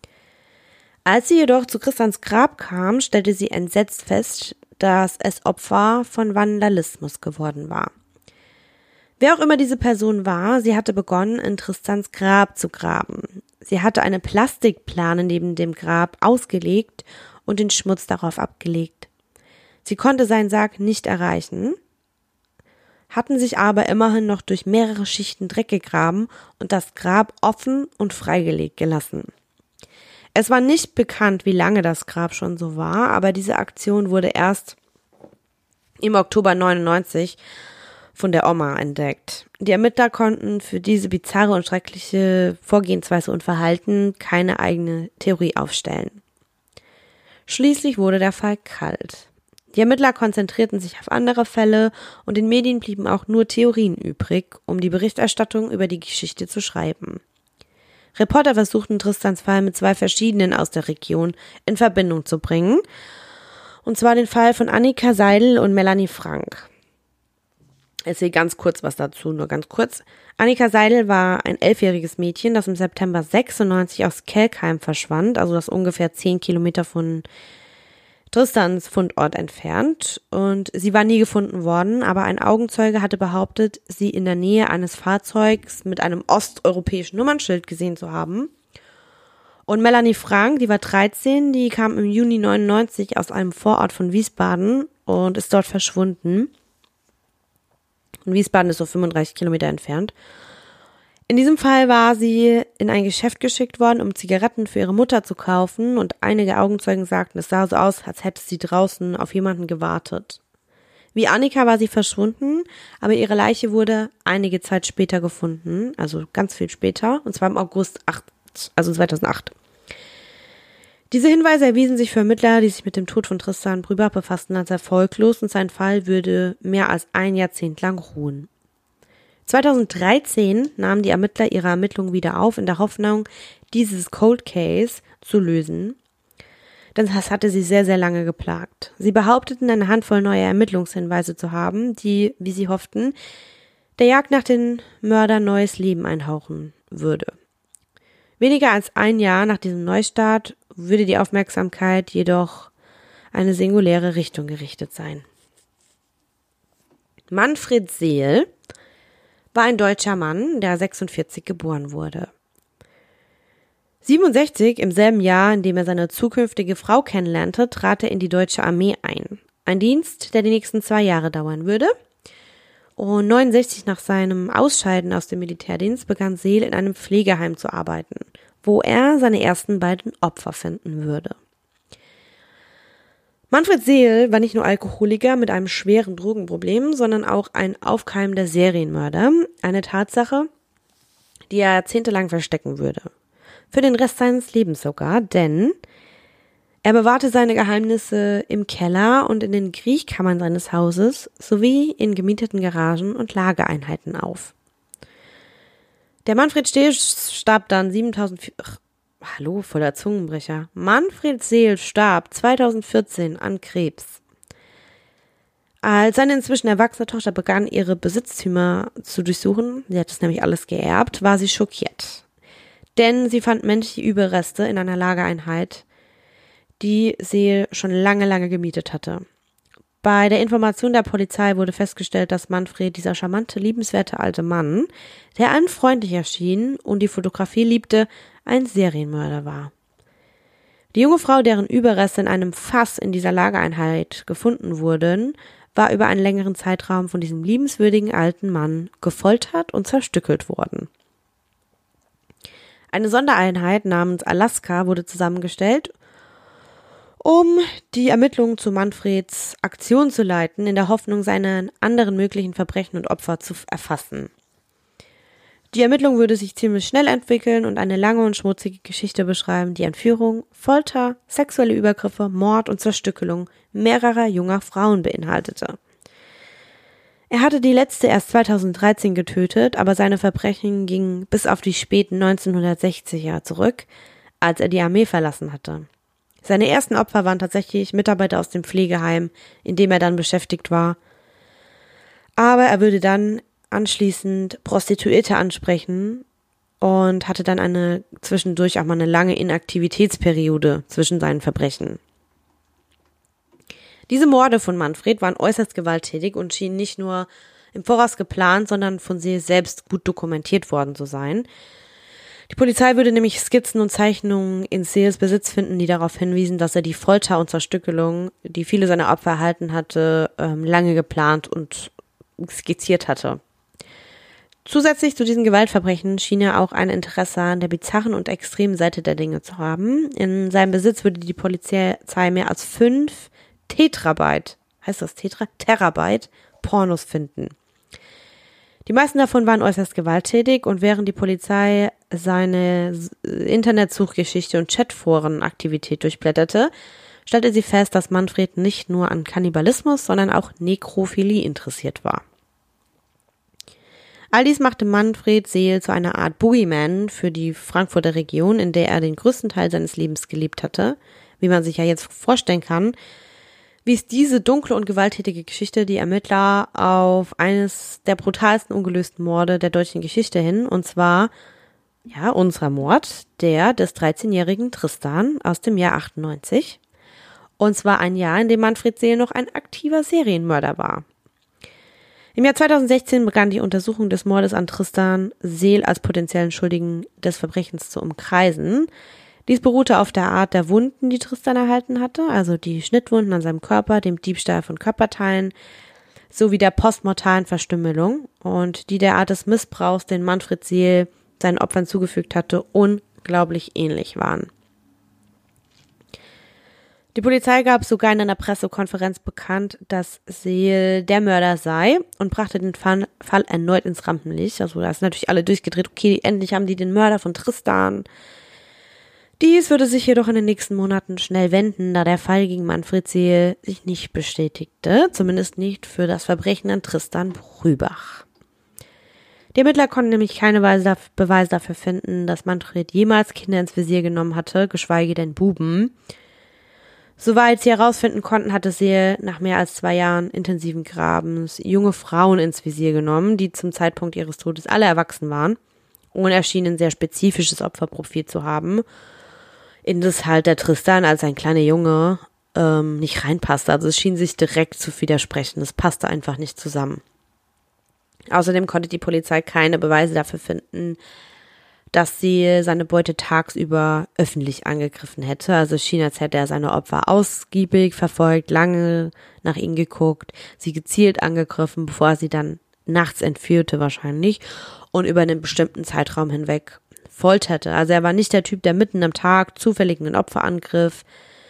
Als sie jedoch zu Tristans Grab kam, stellte sie entsetzt fest, dass es Opfer von Vandalismus geworden war. Wer auch immer diese Person war, sie hatte begonnen, in Tristans Grab zu graben. Sie hatte eine Plastikplane neben dem Grab ausgelegt und den Schmutz darauf abgelegt. Sie konnte seinen Sarg nicht erreichen, hatten sich aber immerhin noch durch mehrere Schichten Dreck gegraben und das Grab offen und freigelegt gelassen. Es war nicht bekannt, wie lange das Grab schon so war, aber diese Aktion wurde erst im Oktober 99 von der Oma entdeckt. Die Ermittler konnten für diese bizarre und schreckliche Vorgehensweise und Verhalten keine eigene Theorie aufstellen. Schließlich wurde der Fall kalt. Die Ermittler konzentrierten sich auf andere Fälle und den Medien blieben auch nur Theorien übrig, um die Berichterstattung über die Geschichte zu schreiben. Reporter versuchten Tristans Fall mit 2 verschiedenen aus der Region in Verbindung zu bringen, und zwar den Fall von Annika Seidel und Melanie Frank. Ich erzähle ganz kurz was dazu, nur ganz kurz. Annika Seidel war ein 11-jähriges Mädchen, das im September 96 aus Kelkheim verschwand, also das ungefähr 10 Kilometer von Tristans Fundort entfernt, und sie war nie gefunden worden, aber ein Augenzeuge hatte behauptet, sie in der Nähe eines Fahrzeugs mit einem osteuropäischen Nummernschild gesehen zu haben. Und Melanie Frank, die war 13, die kam im Juni 99 aus einem Vorort von Wiesbaden und ist dort verschwunden. Und Wiesbaden ist so 35 Kilometer entfernt. In diesem Fall war sie in ein Geschäft geschickt worden, um Zigaretten für ihre Mutter zu kaufen, und einige Augenzeugen sagten, es sah so aus, als hätte sie draußen auf jemanden gewartet. Wie Annika war sie verschwunden, aber ihre Leiche wurde einige Zeit später gefunden, also ganz viel später, und zwar im August 2008. Diese Hinweise erwiesen sich für Ermittler, die sich mit dem Tod von Tristan Brübach befassten, als erfolglos, und sein Fall würde mehr als ein Jahrzehnt lang ruhen. 2013 nahmen die Ermittler ihre Ermittlungen wieder auf, in der Hoffnung, dieses Cold Case zu lösen. Denn das hatte sie sehr, sehr lange geplagt. Sie behaupteten, eine Handvoll neuer Ermittlungshinweise zu haben, die, wie sie hofften, der Jagd nach den Mördern neues Leben einhauchen würde. Weniger als ein Jahr nach diesem Neustart würde die Aufmerksamkeit jedoch eine singuläre Richtung gerichtet sein. Manfred Seel war ein deutscher Mann, der 46 geboren wurde. 67, im selben Jahr, in dem er seine zukünftige Frau kennenlernte, trat er in die deutsche Armee ein. Ein Dienst, der die nächsten 2 Jahre dauern würde. Und 69 nach seinem Ausscheiden aus dem Militärdienst begann Seel in einem Pflegeheim zu arbeiten, wo er seine ersten beiden Opfer finden würde. Manfred Seel war nicht nur Alkoholiker mit einem schweren Drogenproblem, sondern auch ein aufkeimender Serienmörder, eine Tatsache, die er jahrzehntelang verstecken würde. Für den Rest seines Lebens sogar, denn er bewahrte seine Geheimnisse im Keller und in den Kriechkammern seines Hauses sowie in gemieteten Garagen und Lagereinheiten auf. Der Manfred Seel starb dann 2014 Manfred Seel starb 2014 an Krebs. Als seine inzwischen erwachsene Tochter begann, ihre Besitztümer zu durchsuchen, sie hat das nämlich alles geerbt, war sie schockiert. Denn sie fand menschliche Überreste in einer Lagereinheit, die Seel schon lange gemietet hatte. Bei der Information der Polizei wurde festgestellt, dass Manfred, dieser charmante, liebenswerte alte Mann, der allen freundlich erschien und die Fotografie liebte, ein Serienmörder war. Die junge Frau, deren Überreste in einem Fass in dieser Lagereinheit gefunden wurden, war über einen längeren Zeitraum von diesem liebenswürdigen alten Mann gefoltert und zerstückelt worden. Eine Sondereinheit namens Alaska wurde zusammengestellt, um die Ermittlungen zu Manfreds Aktion zu leiten, in der Hoffnung, seine anderen möglichen Verbrechen und Opfer zu erfassen. Die Ermittlung würde sich ziemlich schnell entwickeln und eine lange und schmutzige Geschichte beschreiben, die Entführung, Folter, sexuelle Übergriffe, Mord und Zerstückelung mehrerer junger Frauen beinhaltete. Er hatte die letzte erst 2013 getötet, aber seine Verbrechen gingen bis auf die späten 1960er zurück, als er die Armee verlassen hatte. Seine ersten Opfer waren tatsächlich Mitarbeiter aus dem Pflegeheim, in dem er dann beschäftigt war. Aber er würde dann anschließend Prostituierte ansprechen und hatte dann zwischendurch auch mal eine lange Inaktivitätsperiode zwischen seinen Verbrechen. Diese Morde von Manfred waren äußerst gewalttätig und schienen nicht nur im Voraus geplant, sondern von Seel selbst gut dokumentiert worden zu sein. Die Polizei würde nämlich Skizzen und Zeichnungen in Seels Besitz finden, die darauf hinwiesen, dass er die Folter und Zerstückelung, die viele seiner Opfer erhalten hatte, lange geplant und skizziert hatte. Zusätzlich zu diesen Gewaltverbrechen schien er auch ein Interesse an der bizarren und extremen Seite der Dinge zu haben. In seinem Besitz würde die Polizei mehr als 5 Terabyte Pornos finden. Die meisten davon waren äußerst gewalttätig und während die Polizei seine Internetsuchgeschichte und Chatforenaktivität durchblätterte, stellte sie fest, dass Manfred nicht nur an Kannibalismus, sondern auch Nekrophilie interessiert war. All dies machte Manfred Seel zu einer Art Boogeyman für die Frankfurter Region, in der er den größten Teil seines Lebens gelebt hatte, wie man sich ja jetzt vorstellen kann, wies diese dunkle und gewalttätige Geschichte die Ermittler auf eines der brutalsten ungelösten Morde der deutschen Geschichte hin, und zwar, unser Mord, der des 13-jährigen Tristan aus dem Jahr 98, und zwar ein Jahr, in dem Manfred Seel noch ein aktiver Serienmörder war. Im Jahr 2016 begann die Untersuchung des Mordes an Tristan Seel als potenziellen Schuldigen des Verbrechens zu umkreisen. Dies beruhte auf der Art der Wunden, die Tristan erhalten hatte, also die Schnittwunden an seinem Körper, dem Diebstahl von Körperteilen sowie der postmortalen Verstümmelung und die der Art des Missbrauchs, den Manfred Seel seinen Opfern zugefügt hatte, unglaublich ähnlich waren. Die Polizei gab sogar in einer Pressekonferenz bekannt, dass Seel der Mörder sei und brachte den Fall erneut ins Rampenlicht. Also da ist natürlich alle durchgedreht, okay, endlich haben die den Mörder von Tristan. Dies würde sich jedoch in den nächsten Monaten schnell wenden, da der Fall gegen Manfred Seel sich nicht bestätigte, zumindest nicht für das Verbrechen an Tristan Brübach. Die Ermittler konnten nämlich keine Beweise dafür finden, dass Manfred jemals Kinder ins Visier genommen hatte, geschweige denn Buben. Soweit sie herausfinden konnten, hatte Seel nach mehr als 2 Jahren intensiven Grabens junge Frauen ins Visier genommen, die zum Zeitpunkt ihres Todes alle erwachsen waren und er schien ein sehr spezifisches Opferprofil zu haben, in das halt der Tristan als ein kleiner Junge nicht reinpasste. Also es schien sich direkt zu widersprechen. Es passte einfach nicht zusammen. Außerdem konnte die Polizei keine Beweise dafür finden, dass sie seine Beute tagsüber öffentlich angegriffen hätte. Also es schien, als hätte er seine Opfer ausgiebig verfolgt, lange nach ihnen geguckt, sie gezielt angegriffen, bevor er sie dann nachts entführte wahrscheinlich und über einen bestimmten Zeitraum hinweg folterte. Also er war nicht der Typ, der mitten am Tag zufällig ein Opfer angriff.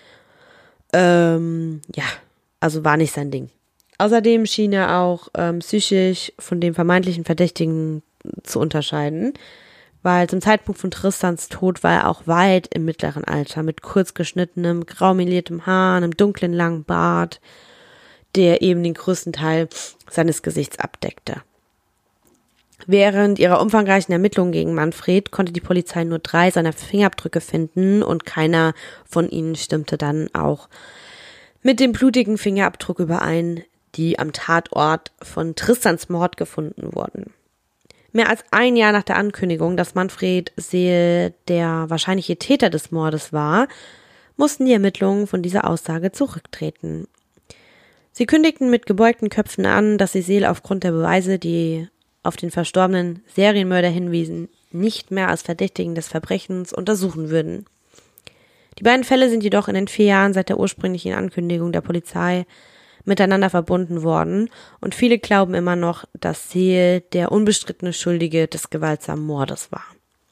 Also war nicht sein Ding. Außerdem schien er auch psychisch von dem vermeintlichen Verdächtigen zu unterscheiden, weil zum Zeitpunkt von Tristans Tod war er auch weit im mittleren Alter, mit kurz geschnittenem, grau meliertem Haar, einem dunklen, langen Bart, der eben den größten Teil seines Gesichts abdeckte. Während ihrer umfangreichen Ermittlungen gegen Manfred konnte die Polizei nur 3 seiner Fingerabdrücke finden und keiner von ihnen stimmte dann auch mit dem blutigen Fingerabdruck überein, die am Tatort von Tristans Mord gefunden wurden. Mehr als ein Jahr nach der Ankündigung, dass Manfred Seel der wahrscheinliche Täter des Mordes war, mussten die Ermittlungen von dieser Aussage zurücktreten. Sie kündigten mit gebeugten Köpfen an, dass sie Seel aufgrund der Beweise, die auf den verstorbenen Serienmörder hinwiesen, nicht mehr als Verdächtigen des Verbrechens untersuchen würden. Die beiden Fälle sind jedoch in den 4 Jahren seit der ursprünglichen Ankündigung der Polizei miteinander verbunden worden und viele glauben immer noch, dass Seel der unbestrittene Schuldige des gewaltsamen Mordes war.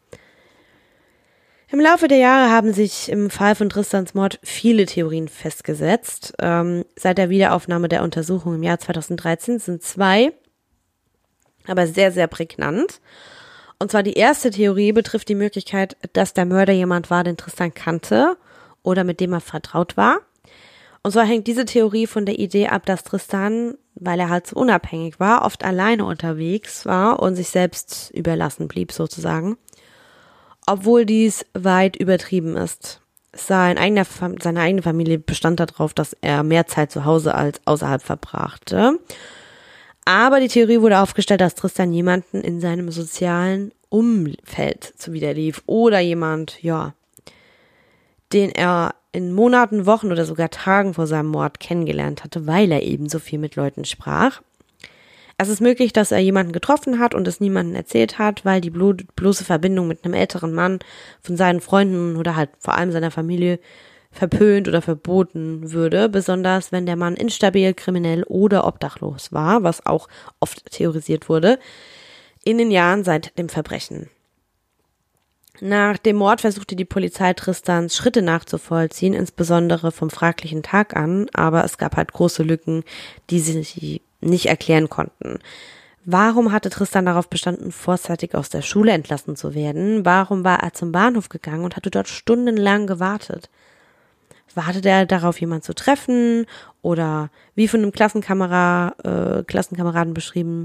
Im Laufe der Jahre haben sich im Fall von Tristans Mord viele Theorien festgesetzt. Seit der Wiederaufnahme der Untersuchung im Jahr 2013 sind 2, aber sehr, sehr prägnant. Und zwar die erste Theorie betrifft die Möglichkeit, dass der Mörder jemand war, den Tristan kannte oder mit dem er vertraut war. Und zwar hängt diese Theorie von der Idee ab, dass Tristan, weil er halt so unabhängig war, oft alleine unterwegs war und sich selbst überlassen blieb sozusagen. Obwohl dies weit übertrieben ist. Seine eigene Familie bestand darauf, dass er mehr Zeit zu Hause als außerhalb verbrachte. Aber die Theorie wurde aufgestellt, dass Tristan jemanden in seinem sozialen Umfeld zuwiderlief oder jemand, den er in Monaten, Wochen oder sogar Tagen vor seinem Mord kennengelernt hatte, weil er eben so viel mit Leuten sprach. Es ist möglich, dass er jemanden getroffen hat und es niemandem erzählt hat, weil die bloße Verbindung mit einem älteren Mann von seinen Freunden oder halt vor allem seiner Familie verpönt oder verboten würde, besonders wenn der Mann instabil, kriminell oder obdachlos war, was auch oft theorisiert wurde, in den Jahren seit dem Verbrechen. Nach dem Mord versuchte die Polizei Tristans Schritte nachzuvollziehen, insbesondere vom fraglichen Tag an, aber es gab halt große Lücken, die sie nicht erklären konnten. Warum hatte Tristan darauf bestanden, vorzeitig aus der Schule entlassen zu werden? Warum war er zum Bahnhof gegangen und hatte dort stundenlang gewartet? Wartete er darauf, jemanden zu treffen? Oder wie von einem Klassenkameraden beschrieben,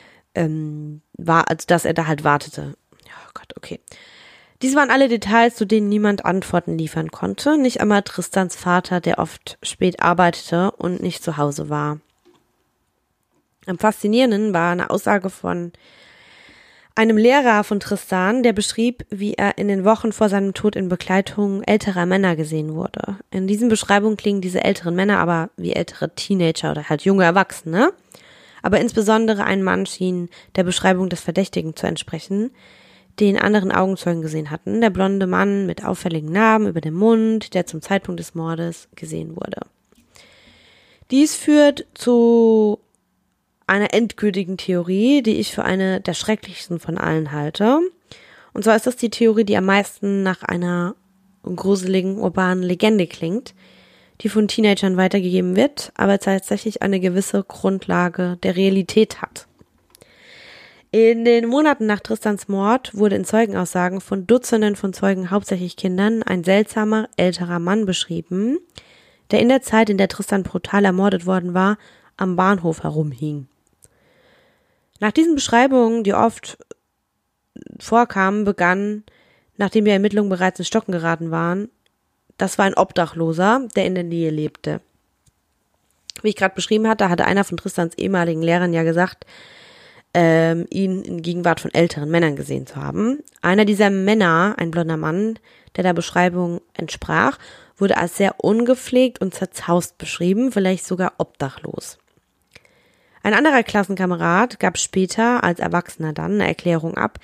dass er da halt wartete. Oh Gott, okay. Dies waren alle Details, zu denen niemand Antworten liefern konnte. Nicht einmal Tristans Vater, der oft spät arbeitete und nicht zu Hause war. Am faszinierenden war eine Aussage von einem Lehrer von Tristan, der beschrieb, wie er in den Wochen vor seinem Tod in Begleitung älterer Männer gesehen wurde. In diesen Beschreibungen klingen diese älteren Männer aber wie ältere Teenager oder halt junge Erwachsene. Aber insbesondere ein Mann schien der Beschreibung des Verdächtigen zu entsprechen, den anderen Augenzeugen gesehen hatten. Der blonde Mann mit auffälligen Narben über dem Mund, der zum Zeitpunkt des Mordes gesehen wurde. Dies führt zu einer endgültigen Theorie, die ich für eine der schrecklichsten von allen halte. Und zwar ist das die Theorie, die am meisten nach einer gruseligen urbanen Legende klingt, die von Teenagern weitergegeben wird, aber tatsächlich eine gewisse Grundlage der Realität hat. In den Monaten nach Tristans Mord wurde in Zeugenaussagen von Dutzenden von Zeugen, hauptsächlich Kindern, ein seltsamer älterer Mann beschrieben, der in der Zeit, in der Tristan brutal ermordet worden war, am Bahnhof herumhing. Nach diesen Beschreibungen, die oft vorkamen, begann, nachdem die Ermittlungen bereits ins Stocken geraten waren, das war ein Obdachloser, der in der Nähe lebte. Wie ich gerade beschrieben hatte, hatte einer von Tristans ehemaligen Lehrern ja gesagt, ihn in Gegenwart von älteren Männern gesehen zu haben. Einer dieser Männer, ein blonder Mann, der der Beschreibung entsprach, wurde als sehr ungepflegt und zerzaust beschrieben, vielleicht sogar obdachlos. Ein anderer Klassenkamerad gab später als Erwachsener dann eine Erklärung ab,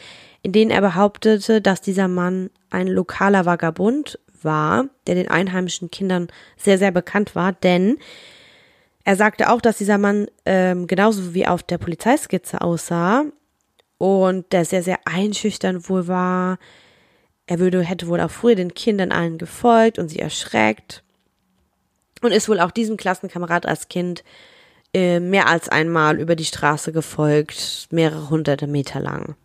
in denen er behauptete, dass dieser Mann ein lokaler Vagabund war, der den einheimischen Kindern sehr, sehr bekannt war, denn er sagte auch, dass dieser Mann genauso wie auf der Polizeiskizze aussah und der sehr, sehr einschüchternd wohl war. Er hätte wohl auch früher den Kindern allen gefolgt und sie erschreckt und ist wohl auch diesem Klassenkamerad als Kind mehr als einmal über die Straße gefolgt, mehrere hunderte Meter lang.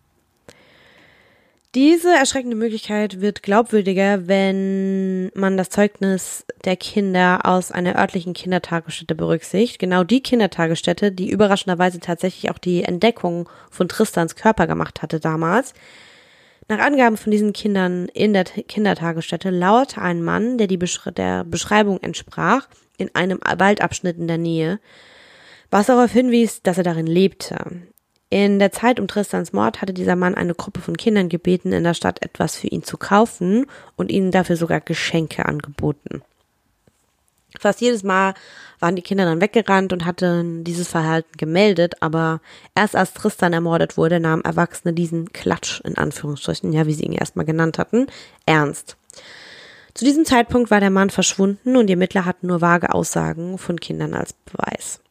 Diese erschreckende Möglichkeit wird glaubwürdiger, wenn man das Zeugnis der Kinder aus einer örtlichen Kindertagesstätte berücksichtigt. Genau die Kindertagesstätte, die überraschenderweise tatsächlich auch die Entdeckung von Tristans Körper gemacht hatte damals. Nach Angaben von diesen Kindern in der Kindertagesstätte lauerte ein Mann, der der Beschreibung entsprach, in einem Waldabschnitt in der Nähe, was darauf hinwies, dass er darin lebte. In der Zeit um Tristans Mord hatte dieser Mann eine Gruppe von Kindern gebeten, in der Stadt etwas für ihn zu kaufen und ihnen dafür sogar Geschenke angeboten. Fast jedes Mal waren die Kinder dann weggerannt und hatten dieses Verhalten gemeldet, aber erst als Tristan ermordet wurde, nahmen Erwachsene diesen Klatsch, in Anführungsstrichen, ja, wie sie ihn erstmal genannt hatten, ernst. Zu diesem Zeitpunkt war der Mann verschwunden und die Ermittler hatten nur vage Aussagen von Kindern als Beweis.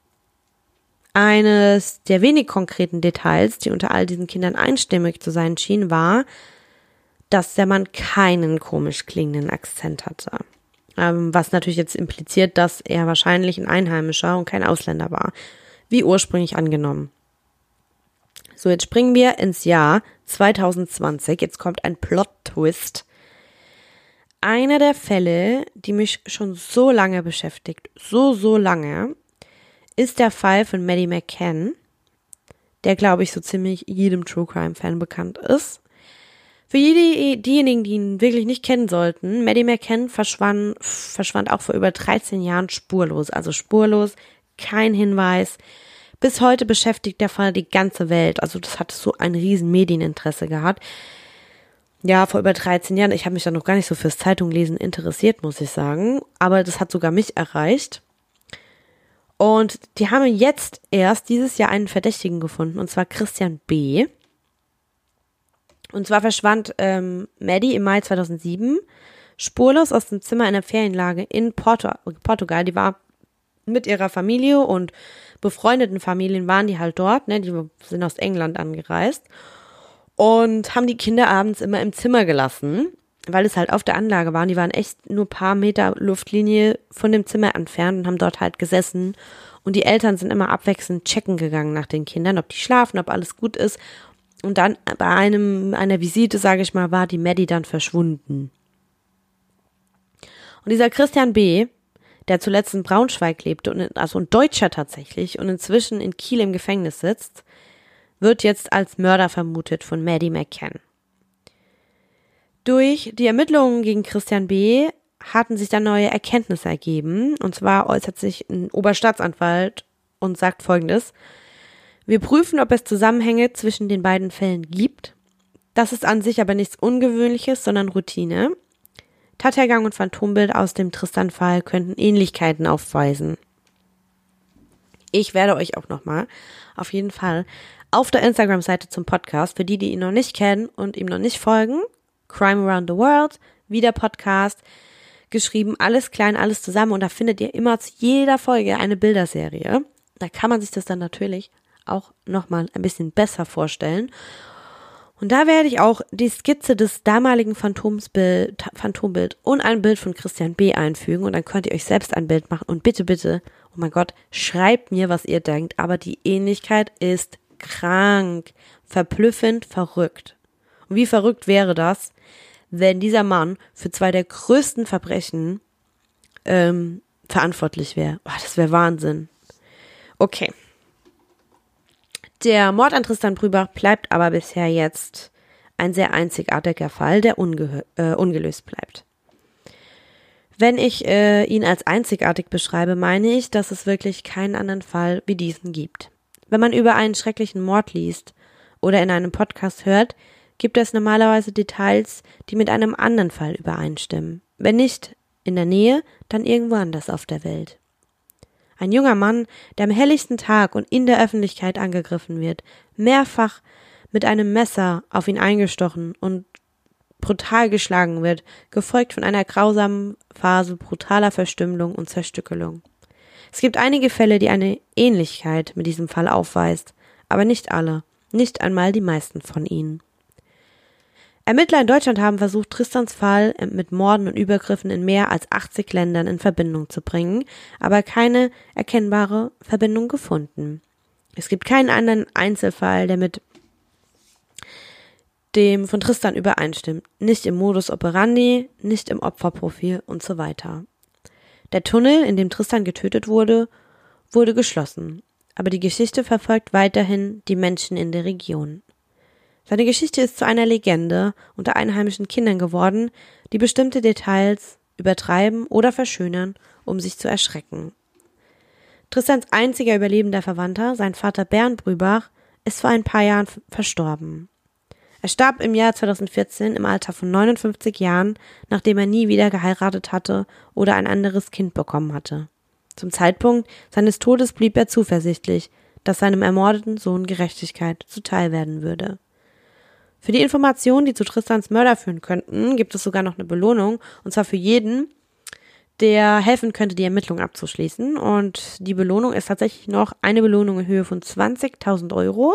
Eines der wenig konkreten Details, die unter all diesen Kindern einstimmig zu sein schien, war, dass der Mann keinen komisch klingenden Akzent hatte. Was natürlich jetzt impliziert, dass er wahrscheinlich ein Einheimischer und kein Ausländer war, wie ursprünglich angenommen. So, jetzt springen wir ins Jahr 2020. Jetzt kommt ein Plot-Twist. Einer der Fälle, die mich schon so lange beschäftigt, so lange, ist der Fall von Maddie McCann, der, glaube ich, so ziemlich jedem True Crime Fan bekannt ist. Für diejenigen, die ihn wirklich nicht kennen sollten, Maddie McCann verschwand auch vor über 13 Jahren spurlos. Also spurlos, kein Hinweis. Bis heute beschäftigt der Fall die ganze Welt. Also das hat so ein riesen Medieninteresse gehabt. Ja, vor über 13 Jahren. Ich habe mich da noch gar nicht so fürs Zeitunglesen interessiert, muss ich sagen. Aber das hat sogar mich erreicht. Und die haben jetzt erst dieses Jahr einen Verdächtigen gefunden, und zwar Christian B. Und zwar verschwand Maddie im Mai 2007 spurlos aus dem Zimmer einer Ferienlage in Portugal. Die war mit ihrer Familie und befreundeten Familien waren die halt dort, ne? Die sind aus England angereist und haben die Kinder abends immer im Zimmer gelassen, weil es halt auf der Anlage waren. Die waren echt nur ein paar Meter Luftlinie von dem Zimmer entfernt und haben dort halt gesessen. Und die Eltern sind immer abwechselnd checken gegangen nach den Kindern, ob die schlafen, ob alles gut ist. Und dann bei einer Visite, sage ich mal, war die Maddie dann verschwunden. Und dieser Christian B., der zuletzt in Braunschweig lebte, also ein Deutscher tatsächlich, und inzwischen in Kiel im Gefängnis sitzt, wird jetzt als Mörder vermutet von Maddie McCann. Durch die Ermittlungen gegen Christian B. hatten sich dann neue Erkenntnisse ergeben. Und zwar äußert sich ein Oberstaatsanwalt und sagt Folgendes: Wir prüfen, ob es Zusammenhänge zwischen den beiden Fällen gibt. Das ist an sich aber nichts Ungewöhnliches, sondern Routine. Tathergang und Phantombild aus dem Tristan-Fall könnten Ähnlichkeiten aufweisen. Ich werde euch auch nochmal auf jeden Fall auf der Instagram-Seite zum Podcast, für die ihn noch nicht kennen und ihm noch nicht folgen, Crime Around the World, wie der Podcast, geschrieben, alles klein, alles zusammen, und da findet ihr immer zu jeder Folge eine Bilderserie. Da kann man sich das dann natürlich auch nochmal ein bisschen besser vorstellen. Und da werde ich auch die Skizze des damaligen Phantombild und ein Bild von Christian B. einfügen, und dann könnt ihr euch selbst ein Bild machen. Und bitte, bitte, oh mein Gott, schreibt mir, was ihr denkt, aber die Ähnlichkeit ist krank, verblüffend, verrückt. Und wie verrückt wäre das, wenn dieser Mann für zwei der größten Verbrechen verantwortlich wäre? Oh, das wäre Wahnsinn. Okay. Der Mord an Tristan Brübach bleibt aber bisher jetzt ein sehr einzigartiger Fall, der ungelöst bleibt. Wenn ich ihn als einzigartig beschreibe, meine ich, dass es wirklich keinen anderen Fall wie diesen gibt. Wenn man über einen schrecklichen Mord liest oder in einem Podcast hört, gibt es normalerweise Details, die mit einem anderen Fall übereinstimmen. Wenn nicht in der Nähe, dann irgendwo anders auf der Welt. Ein junger Mann, der am helllichten Tag und in der Öffentlichkeit angegriffen wird, mehrfach mit einem Messer auf ihn eingestochen und brutal geschlagen wird, gefolgt von einer grausamen Phase brutaler Verstümmelung und Zerstückelung. Es gibt einige Fälle, die eine Ähnlichkeit mit diesem Fall aufweist, aber nicht alle, nicht einmal die meisten von ihnen. Ermittler in Deutschland haben versucht, Tristans Fall mit Morden und Übergriffen in mehr als 80 Ländern in Verbindung zu bringen, aber keine erkennbare Verbindung gefunden. Es gibt keinen anderen Einzelfall, der mit dem von Tristan übereinstimmt, nicht im Modus operandi, nicht im Opferprofil und so weiter. Der Tunnel, in dem Tristan getötet wurde, wurde geschlossen, aber die Geschichte verfolgt weiterhin die Menschen in der Region. Seine Geschichte ist zu einer Legende unter einheimischen Kindern geworden, die bestimmte Details übertreiben oder verschönern, um sich zu erschrecken. Tristans einziger überlebender Verwandter, sein Vater Bernd Brübach, ist vor ein paar Jahren verstorben. Er starb im Jahr 2014 im Alter von 59 Jahren, nachdem er nie wieder geheiratet hatte oder ein anderes Kind bekommen hatte. Zum Zeitpunkt seines Todes blieb er zuversichtlich, dass seinem ermordeten Sohn Gerechtigkeit zuteil werden würde. Für die Informationen, die zu Tristans Mörder führen könnten, gibt es sogar noch eine Belohnung, und zwar für jeden, der helfen könnte, die Ermittlung abzuschließen. Und die Belohnung ist tatsächlich noch eine Belohnung in Höhe von 20.000 Euro.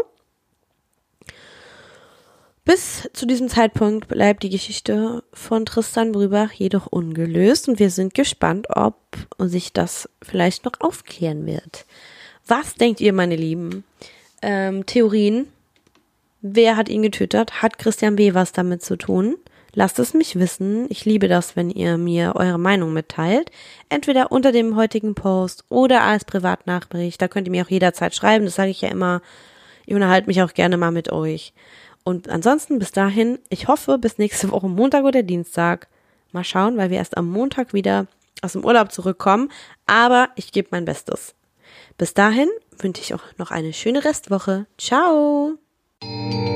Bis zu diesem Zeitpunkt bleibt die Geschichte von Tristan Brübach jedoch ungelöst und wir sind gespannt, ob sich das vielleicht noch aufklären wird. Was denkt ihr, meine Lieben? Theorien? Wer hat ihn getötet? Hat Christian B. was damit zu tun? Lasst es mich wissen. Ich liebe das, wenn ihr mir eure Meinung mitteilt. Entweder unter dem heutigen Post oder als Privatnachricht. Da könnt ihr mir auch jederzeit schreiben. Das sage ich ja immer. Ich unterhalte mich auch gerne mal mit euch. Und ansonsten bis dahin, ich hoffe, bis nächste Woche Montag oder Dienstag. Mal schauen, weil wir erst am Montag wieder aus dem Urlaub zurückkommen. Aber ich gebe mein Bestes. Bis dahin wünsche ich auch noch eine schöne Restwoche. Ciao!